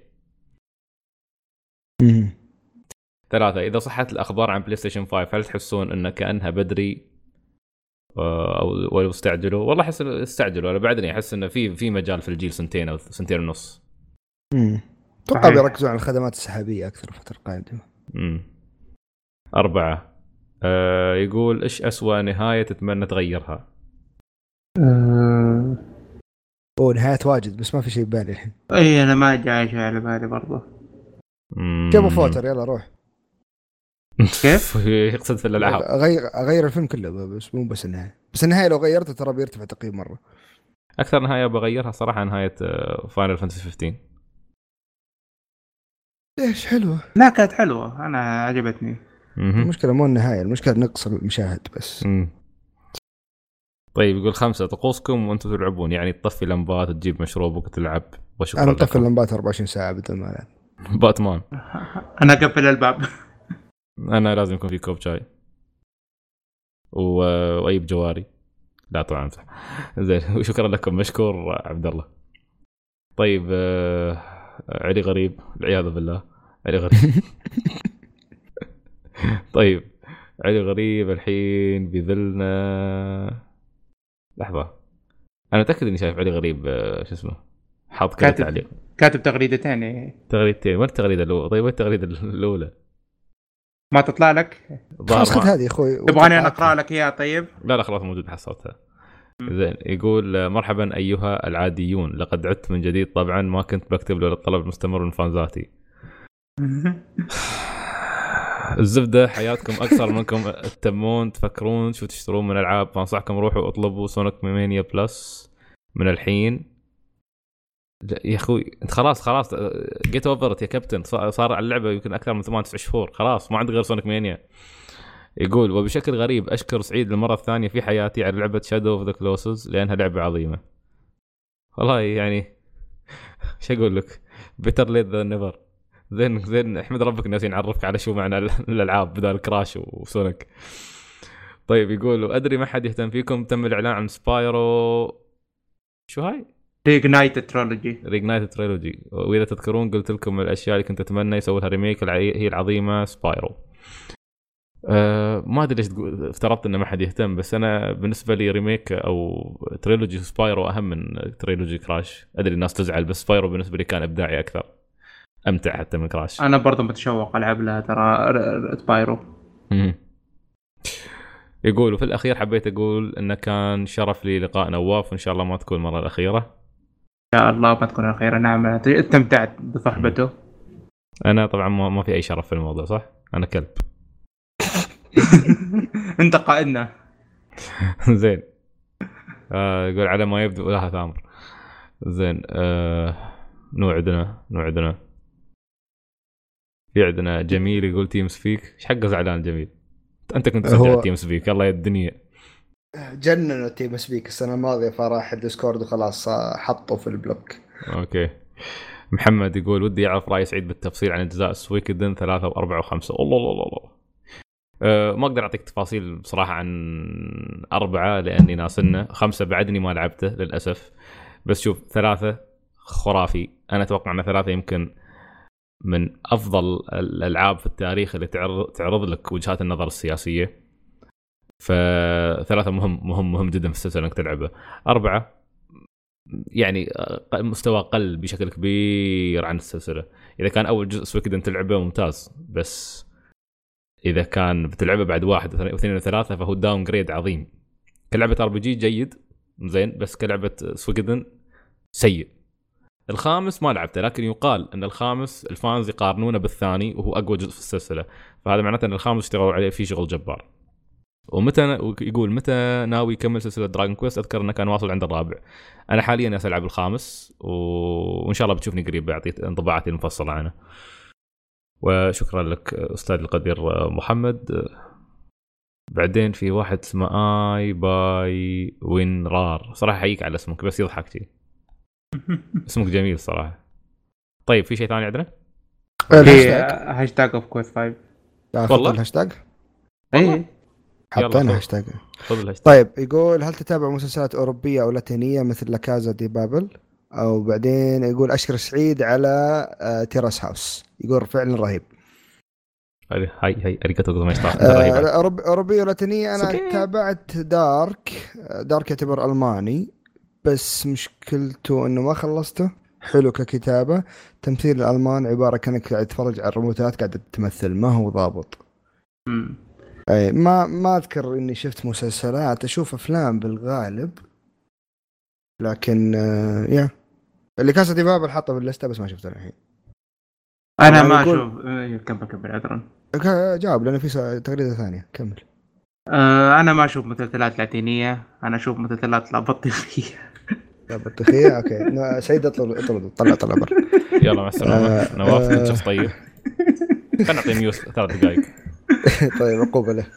3، إذا صحت الأخبار عن بلاي ستيشن 5 هل تحسون أنه كأنها بدري أو استعجلوا؟ والله أحس استعجلوا. أنا بعدني أحس أنه في مجال في الجيل 2 أو 2.5 سنين. توقع بيركزوا على الخدمات السحابية أكثر الفترة القادمة. 4، يقول إيش أسوأ نهاية تتمنى تغيرها؟ نهايات واجد بس ما في شيء ببالي الحين. أي أنا ما جاي شيء على بالي برضه. جابوا فوتر، يلا روح. كيف؟ يقصد في الألعاب. أغير الفيلم كله بس مو بس النهاية. بس النهاية لو غيرته ترى بيرتفع تقييم مرة. أكثر نهاية بغيرها صراحة نهاية فاينل فانتسي 15. ليش حلوة؟ لا كانت حلوة، أنا عجبتني. المشكلة مو النهاية، المشكلة نقص المشاهد بس. طيب يقول 5، طقوسكم وانتم تلعبون، يعني تطفي لمبات تجيب مشروبك وتلعب. أنا مطفي اللمبات 24 ساعة بدون ما ألعب. باتمان. أنا قفل الباب. أنا لازم يكون في كوب شاي وأيب جواري. لا طبعا صح. زين وشكرا لكم، مشكور عبد الله. طيب علي غريب، العياذ بالله علي غريب. طيب علي غريب الحين بيذلنا. لحظة، أنا متأكد إني شايف علي غريب شو اسمه حاط كذا تعليق، كاتب تغريدتين. تغريدتين. وين التغريدة الأولى؟ طيب وين التغريدة الأولى؟ ما تطلع لك؟ خلاص خذ هذه أخوي. تبغاني أنا أقرأ لك إياها؟ طيب لا خلاص موجود حصلتها. زين يقول مرحبا أيها العاديون، لقد عدت من جديد. طبعا ما كنت بكتب له الطلب المستمر من فانزاتي. الزبدة حياتكم أكثر منكم تتمون تفكرون شو تشترون من ألعاب، فانصحكم روحوا اطلبوا سونيك مانيا بلس من الحين. يا أخوي أنت خلاص جيت أوفرت يا كابتن، صار على اللعبة يمكن أكثر من 8-9 شهور، خلاص ما عندك غير سونيك مانيا. يقول وبشكل غريب أشكر سعيد للمرة الثانية في حياتي على لعبة شادو اوف ذا كلوسز لأنها لعبة عظيمة. والله يعني شو أقول لك، بيتر ليت ذا نيفر. زين احمد ربك الناس نعرفك على شو معنى الألعاب بدل كراش وسونيك. طيب يقول أدري ما حد يهتم فيكم، تم الإعلان عن سبايرو شو هاي؟ ريغنايتد تريلوجي. وإذا تذكرون قلت لكم الأشياء اللي كنت أتمنى يسوي لها ريميك هي العظيمة سبايرو. ما أدري ليش افترضت إنه ما حد يهتم، بس أنا بالنسبة لي ريميك أو تريلوجي سبايرو أهم من تريلوجي كراش. أدري الناس تزعل بس سبايرو بالنسبة لي كان إبداعي أكثر، أمتع حتى من كراش. أنا برضو متشوق ألعب لها ترى سبايرو. يقول وفي الأخير حبيت أقول إنه كان شرف لي لقاء نواف، وإن شاء الله ما تكون المرة الأخيرة. إن شاء الله ما تكون الأخيرة. نعم استمتعت بصحبته. أنا طبعا ما في أي شرف في الموضوع، صح؟ أنا كلب. أنت قائدنا. زين يقول على ما يبدو لها ثامر. زين نوعدنا في عندنا جميل يقول تيم سبيك. ايش حقه زعلان جميل؟ انت كنت تسجل تيم سبيك الله يا الدنيا. جننوا تيم سبيك السنه الماضيه فراح الديسكورد وخلاص حطوا في البلوك. اوكي. محمد يقول ودي يعرف راي سعيد بالتفصيل عن اجزاء سويكدن 3 و4 و5. الله ما اقدر اعطيك تفاصيل بصراحه عن 4 لاني ناسنه. 5 بعدني ما لعبته للاسف. بس شوف 3 خرافي. انا اتوقع ان 3 يمكن من افضل الالعاب في التاريخ اللي تعرض لك وجهات النظر السياسيه. فثلاثة مهم جدا في السلسلة انك تلعبه. 4 يعني مستوى قل بشكل كبير عن السلسلة. اذا كان اول جزء سويكدن تلعبه ممتاز، بس اذا كان بتلعبه بعد 1 و2 و3 فهو داون جريد عظيم. كلعبة RPG جيد زين، بس كلعبة سويكدن سيء. الخامس ما لعبته، لكن يقال ان الخامس الفانز يقارنونه بالثاني وهو اقوى جزء في السلسله، فهذا معناته ان الخامس اشتغلوا عليه فيه شغل جبار. يقول متى ناوي يكمل سلسله دراجون كويست؟ اذكر انه كان واصل عند الرابع. انا حاليا اسلعب الخامس وان شاء الله بتشوفني قريب بعطي انطباعاتي المفصله عنه. وشكرا لك استاذ القدير محمد. بعدين في واحد اسمه اي باي وين رار، صراحه احييك على اسمك بس يضحك شيء. اسمك جميل صراحة. طيب في شيء ثاني عندنا؟ هاشتاج اوف كويست 5. والله الهاشتاج اي حطينا هاشتاج. الهاشتاج. طيب يقول هل تتابع مسلسلات أوروبية أو لاتينية مثل لاكازا دي بابل؟ أو بعدين يقول أشكر سعيد على تيراس هاوس، يقول فعلا رهيب. هاي أريكاتو غوزايماشيتا. أوروبية ولاتينية أنا تابعت دارك يعتبر ألماني، بس مشكلته انه ما خلصته. حلو ككتابة، تمثيل الألمان عبارة كأنك قاعد تتفرج على الروبوتات قاعدة تمثل، ما هو ضابط. اي ما اذكر اني شفت مسلسلات، اشوف افلام بالغالب، لكن يا اللي كاسة دي بابل حطه بالليستة بس ما شفته الحين. انا ما اشوف. كمل عذرا. جاوب لانه في تغريدة ثانية. كمل. انا ما اشوف مسلسلات لاتينية، انا اشوف مسلسلات لا بطيخية. لا بطيخية. اوكي سعيد اطلب طلع برا. يلا مع السلامة. نواف كنت شخص طيب. خلنا نعطي ميوس 3 دقائق. طيب عقوبة له.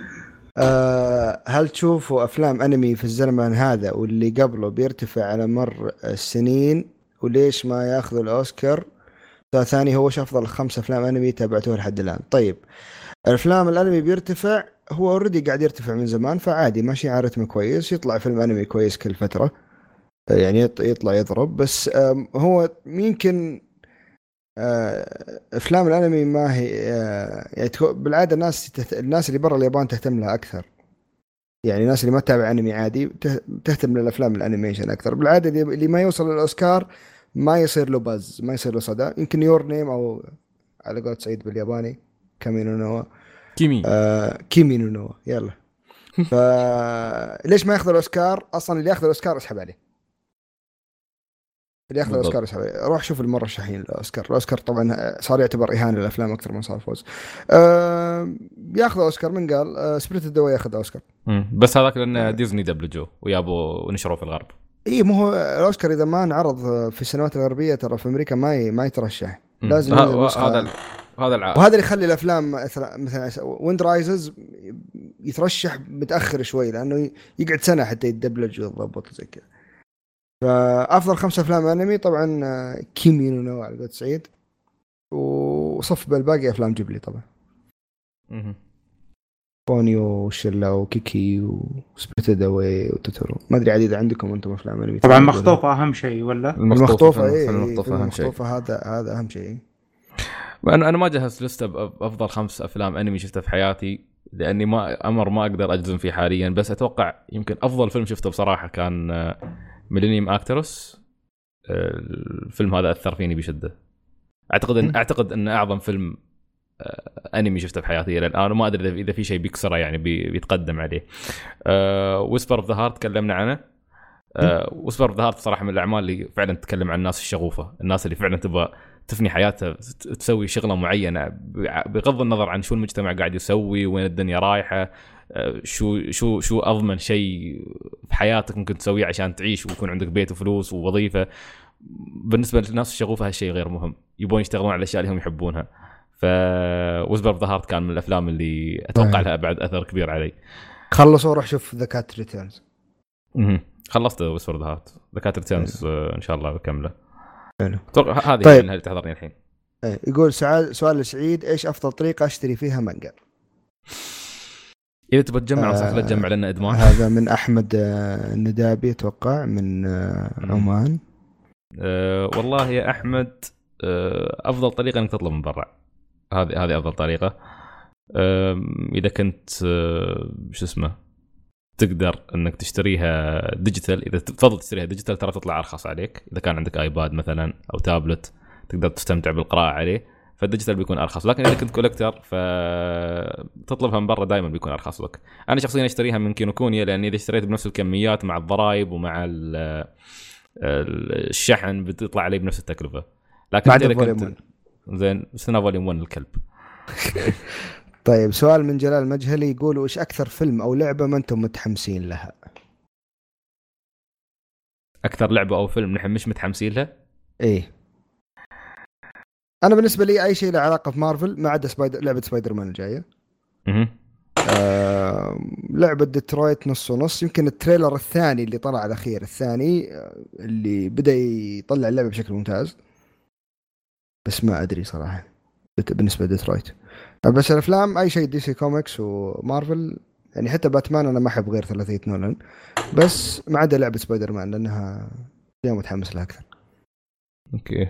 هل تشوفوا أفلام أنمي في الزمن هذا واللي قبله بيرتفع على مر السنين، وليش ما يأخذوا الأوسكار؟ ثاني هو شو أفضل 5 أفلام أنمي تابعتوها لحد الآن؟ طيب الأفلام الأنمي بيرتفع، هو أوريدي قاعد يرتفع من زمان، فعادي ماشي على رتم كويس، يطلع فيلم أنمي كويس كل فترة يعني يطلع يضرب. بس هو يمكن افلام الانمي ما هي يعني بالعاده الناس اللي برا اليابان تهتم لها اكثر، يعني الناس اللي ما تتابع انمي عادي تهتم للافلام الانيميشن اكثر. بالعاده اللي ما يوصل للاوسكار ما يصير له باز، ما يصير له صدى. يمكن يور نيم او على قولة سعيد بالياباني كيمي نو نوا يلا. فليش ما ياخذ الاوسكار اصلا؟ اللي ياخذ الاوسكار اسحب عليه، اللي ياخذ الأوسكار روح شوف المرشحين للأوسكار. الأوسكار طبعا صار يعتبر إهانة للأفلام أكثر من صار فوز. ياخذ أوسكار. من قال سبريتد أواي ياخذ أوسكار؟ بس هذاك لأن ديزني دبلجوا ويابوا ونشروا في الغرب. إيه مو هو الأوسكار إذا ما انعرض في السنوات الغربية ترى في أمريكا ما يترشح. لازم هذا وهذا اللي يخلي الأفلام مثلا ويند رايزز يترشح متأخر شوي، لأنه يقعد سنة حتى يتدبلج ويضبط زي كذا. فأفضل 5 أفلام أنمي طبعا كيمي نو نوا على قولة سعيد، وصف بالباقي أفلام جيبلي طبعا. بونيو وشيلا وكيكي وسبريتد أواي وتوتورو. ما أدري عديد عندكم أنتم أفلام أنمي طبعا. مخطوفة أهم شيء ولا؟ المخطوفة أهم شيء. هذا أهم شيء. أنا ما جهزت لستة بأفضل 5 أفلام أنمي شفتها في حياتي، لأني ما أقدر أجزم فيه حاليا. بس أتوقع يمكن أفضل فيلم شفته بصراحة كان ميلينيوم أكتروس. الفيلم هذا أثر فيني بشدة. أعتقد أن أعظم فيلم أنمي شفته في حياتي إلى الآن، وما أدري إذا في شيء بيكسره يعني بيتقدم عليه. ويسبر اوف ذا هارت تكلمنا عنه. ويسبر اوف ذا هارت صراحة من الأعمال اللي فعلا تتكلم عن الناس الشغوفة، الناس اللي فعلا تبغى تفني حياتها تسوي شغلة معينة بغض النظر عن شو المجتمع قاعد يسوي وين الدنيا رايحة. شو أضمن شيء في حياتك ممكن تسويه عشان تعيش ويكون عندك بيت وفلوس ووظيفة. بالنسبة للناس الشغوفة هالشيء غير مهم، يبون يشتغلون على الأشياء اللي هم يحبونها. ويسبر اوف ذا هارت كان من الأفلام اللي أتوقع لها بعد أثر كبير علي. خلصوا وروح شوف ذا كات ريتيرنز. خلصت ويسبر اوف ذا هارت. ذا كات ريتيرنز إن شاء الله بكمله. هذه طيب. اللي تحضرني الحين. يقول سؤال لسعيد، إيش أفضل طريقة أشتري فيها مانجا؟ إذا تبغى تجمع نصيحة لا تجمع لنا إدمان. هذا من أحمد الندابي أتوقع من عمان. والله يا أحمد، أفضل طريقة إنك تطلب من برا. هذه أفضل طريقة. اذا كنت شو اسمه تقدر انك تشتريها ديجيتال، اذا تفضل تشتريها ديجيتال ترى تطلع ارخص عليك. اذا كان عندك ايباد مثلا او تابلت تقدر تستمتع بالقراءه عليه، فالديجيتال بيكون ارخص. لكن اذا كنت كولكتر فتطلبها من برا دائما بيكون ارخص لك. انا شخصيا اشتريها من كينوكونيا لان اذا اشتريت بنفس الكميات مع الضرائب ومع الشحن بتطلع علي بنفس التكلفه. لكن اذا كنت زين استنى فوليوم 1 الكلب. طيب سؤال من جلال مجهلي يقول وش اكثر فيلم او لعبه ما انتم متحمسين لها؟ اكثر لعبه او فيلم نحن مش متحمسين له؟ ايه انا بالنسبه لي اي شيء له علاقه في مارفل ما عدا لعبه سبايدر مان الجايه. لعبه ديترويت نص ونص. يمكن التريلر الثاني اللي طلع الاخير الثاني اللي بدا يطلع اللعبه بشكل ممتاز، بس ما ادري صراحه بالنسبه لديترويت. بس الافلام اي شيء دي سي كوميكس ومارفل، يعني حتى باتمان انا ما احب غير ثلاثيه نولان، بس ما عدا لعبه سبايدر مان لانها شيء متحمس لها اكثر. اوكي.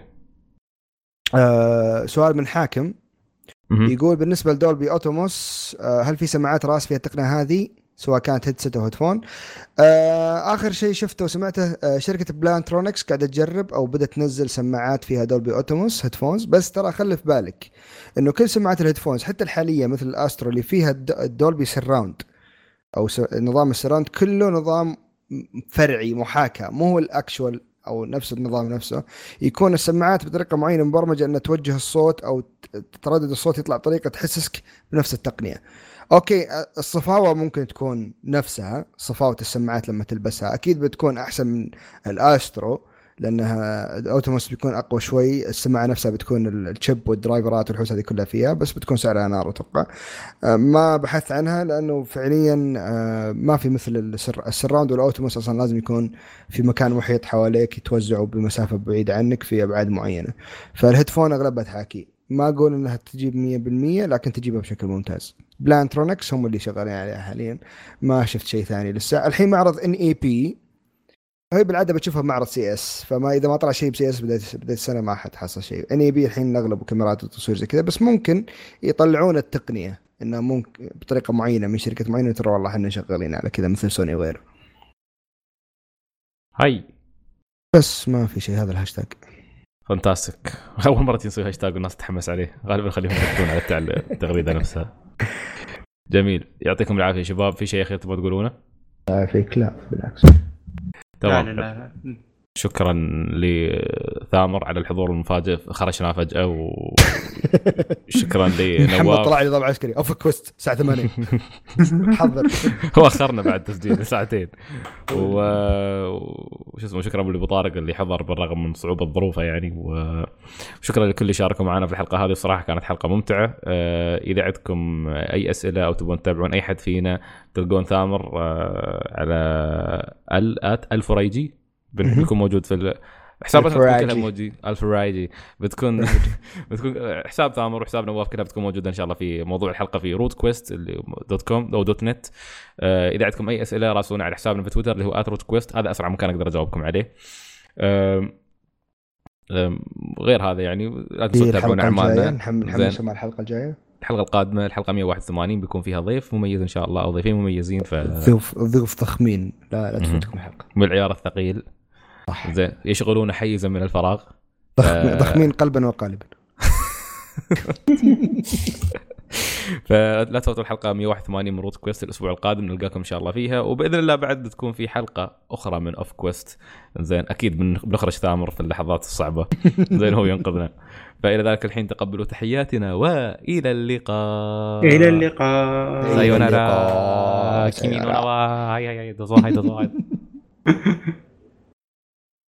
سؤال من حاكم يقول بالنسبه لدولبي اوتوموس هل في سماعات راس فيها التقنيه هذه سواء كانت هيدسيت او هيدفون؟ اخر شيء شفته وسمعته شركه بلانترونكس قاعده تجرب او بدات تنزل سماعات فيها دولبي اوتوموس هيدفونز. بس ترى خلي في بالك انه كل سماعات الهيدفونز حتى الحاليه مثل الاسترو اللي فيها الدولبي سراوند او نظام السراوند كله نظام فرعي محاكاه، مو هو الاكشوال او نفس النظام نفسه. يكون السماعات بطريقه معينه مبرمجه ان توجه الصوت او تردد الصوت يطلع بطريقه تحسسك بنفس التقنيه. اوكي الصفاوه ممكن تكون نفسها، صفاوه السماعات لما تلبسها اكيد بتكون احسن من الاسترو لانها الاوتوموس بيكون اقوى شوي. السماعه نفسها بتكون الشيب والدرايفرات والحوسه هذه كلها فيها، بس بتكون سعرها نار اتوقع. ما بحث عنها لانه فعليا ما في مثل السراوند والاوتوموس اصلا لازم يكون في مكان محيط حواليك يتوزعوا بمسافه بعيده عنك في ابعاد معينه. فالهيدفون اغلبها تحاكي، ما اقول انها تجيب 100% لكن تجيبها بشكل ممتاز. بلانترونكس هم اللي شغالين عليها حاليا، ما شفت شيء ثاني لسه. الحين معرض NAB هي بالعاده بتشوفها معرض CS، فما اذا ما طلع شيء بCS بدايه السنه ما حد حصل شيء. NAB الحين اغلبه كاميرات وتصوير زي كذا، بس ممكن يطلعون التقنيه انه ممكن بطريقه معينه من شركه معينه ترى والله احنا شغالين على كذا مثل سوني وغيره. هاي بس ما في شيء. هذا الهاشتاج فانتاستيك. اول مره تنسوي هاشتاج والناس تتحمس عليه، غالبا خليهم يركزون على التغريده نفسها. جميل، يعطيكم العافيه شباب. في شيء اخير تبغى تقولونه؟ فيك لا بالعكس. تمام. لا. شكرا لثامر على الحضور المفاجئ، خرجنا فجأة. وشكرا لنواف. محمد طلع لي ضبع عسكري اوف كويست الساعة 8 حضر. هو اخرنا بعد تسجيل ساعتين. وش اسمه شكرا لابو طارق اللي حضر بالرغم من صعوبة ظروفه يعني. وشكرا لكل اللي شاركوا معنا في الحلقة هذه، الصراحة كانت حلقة ممتعة. إذا عندكم أي أسئلة أو تبون تتابعون أي حد فينا تلقون ثامر على @الفريجي بيكون موجود في حساباتنا كلها موجود. الفرايجي بتكون حساب ثامر وحساب نواف كلها بتكون موجوده ان شاء الله في موضوع الحلقه في rootquest اللي .com او .net. اذا عندكم اي اسئله راسلونا على حسابنا في تويتر اللي هو @rootquest، هذا اسرع مكان اقدر اجاوبكم عليه. غير هذا يعني لا تنسوا تتابعون اعمالنا. نحمس مع الحلقه الجايه. الحلقه القادمه الحلقه 181 بيكون فيها ضيف مميز ان شاء الله او ضيفين مميزين. ضيوف ضخمين لا تفوتكم الحلقه من العيار الثقيل. زين يشغلون حيزا من الفراغ. ضخمين قلبا وقالبا. فلا تفوتوا الحلقه 181 من روت كويست. الاسبوع القادم نلقاكم ان شاء الله فيها، وباذن الله بعد بتكون في حلقه اخرى من اوف كويست. زين اكيد بنخرج ثامر في اللحظات الصعبه. زين هو ينقذنا. فالى ذلك الحين تقبلوا تحياتنا والى اللقاء. الى اللقاء. سايونارا. كيمينو نوا. هاي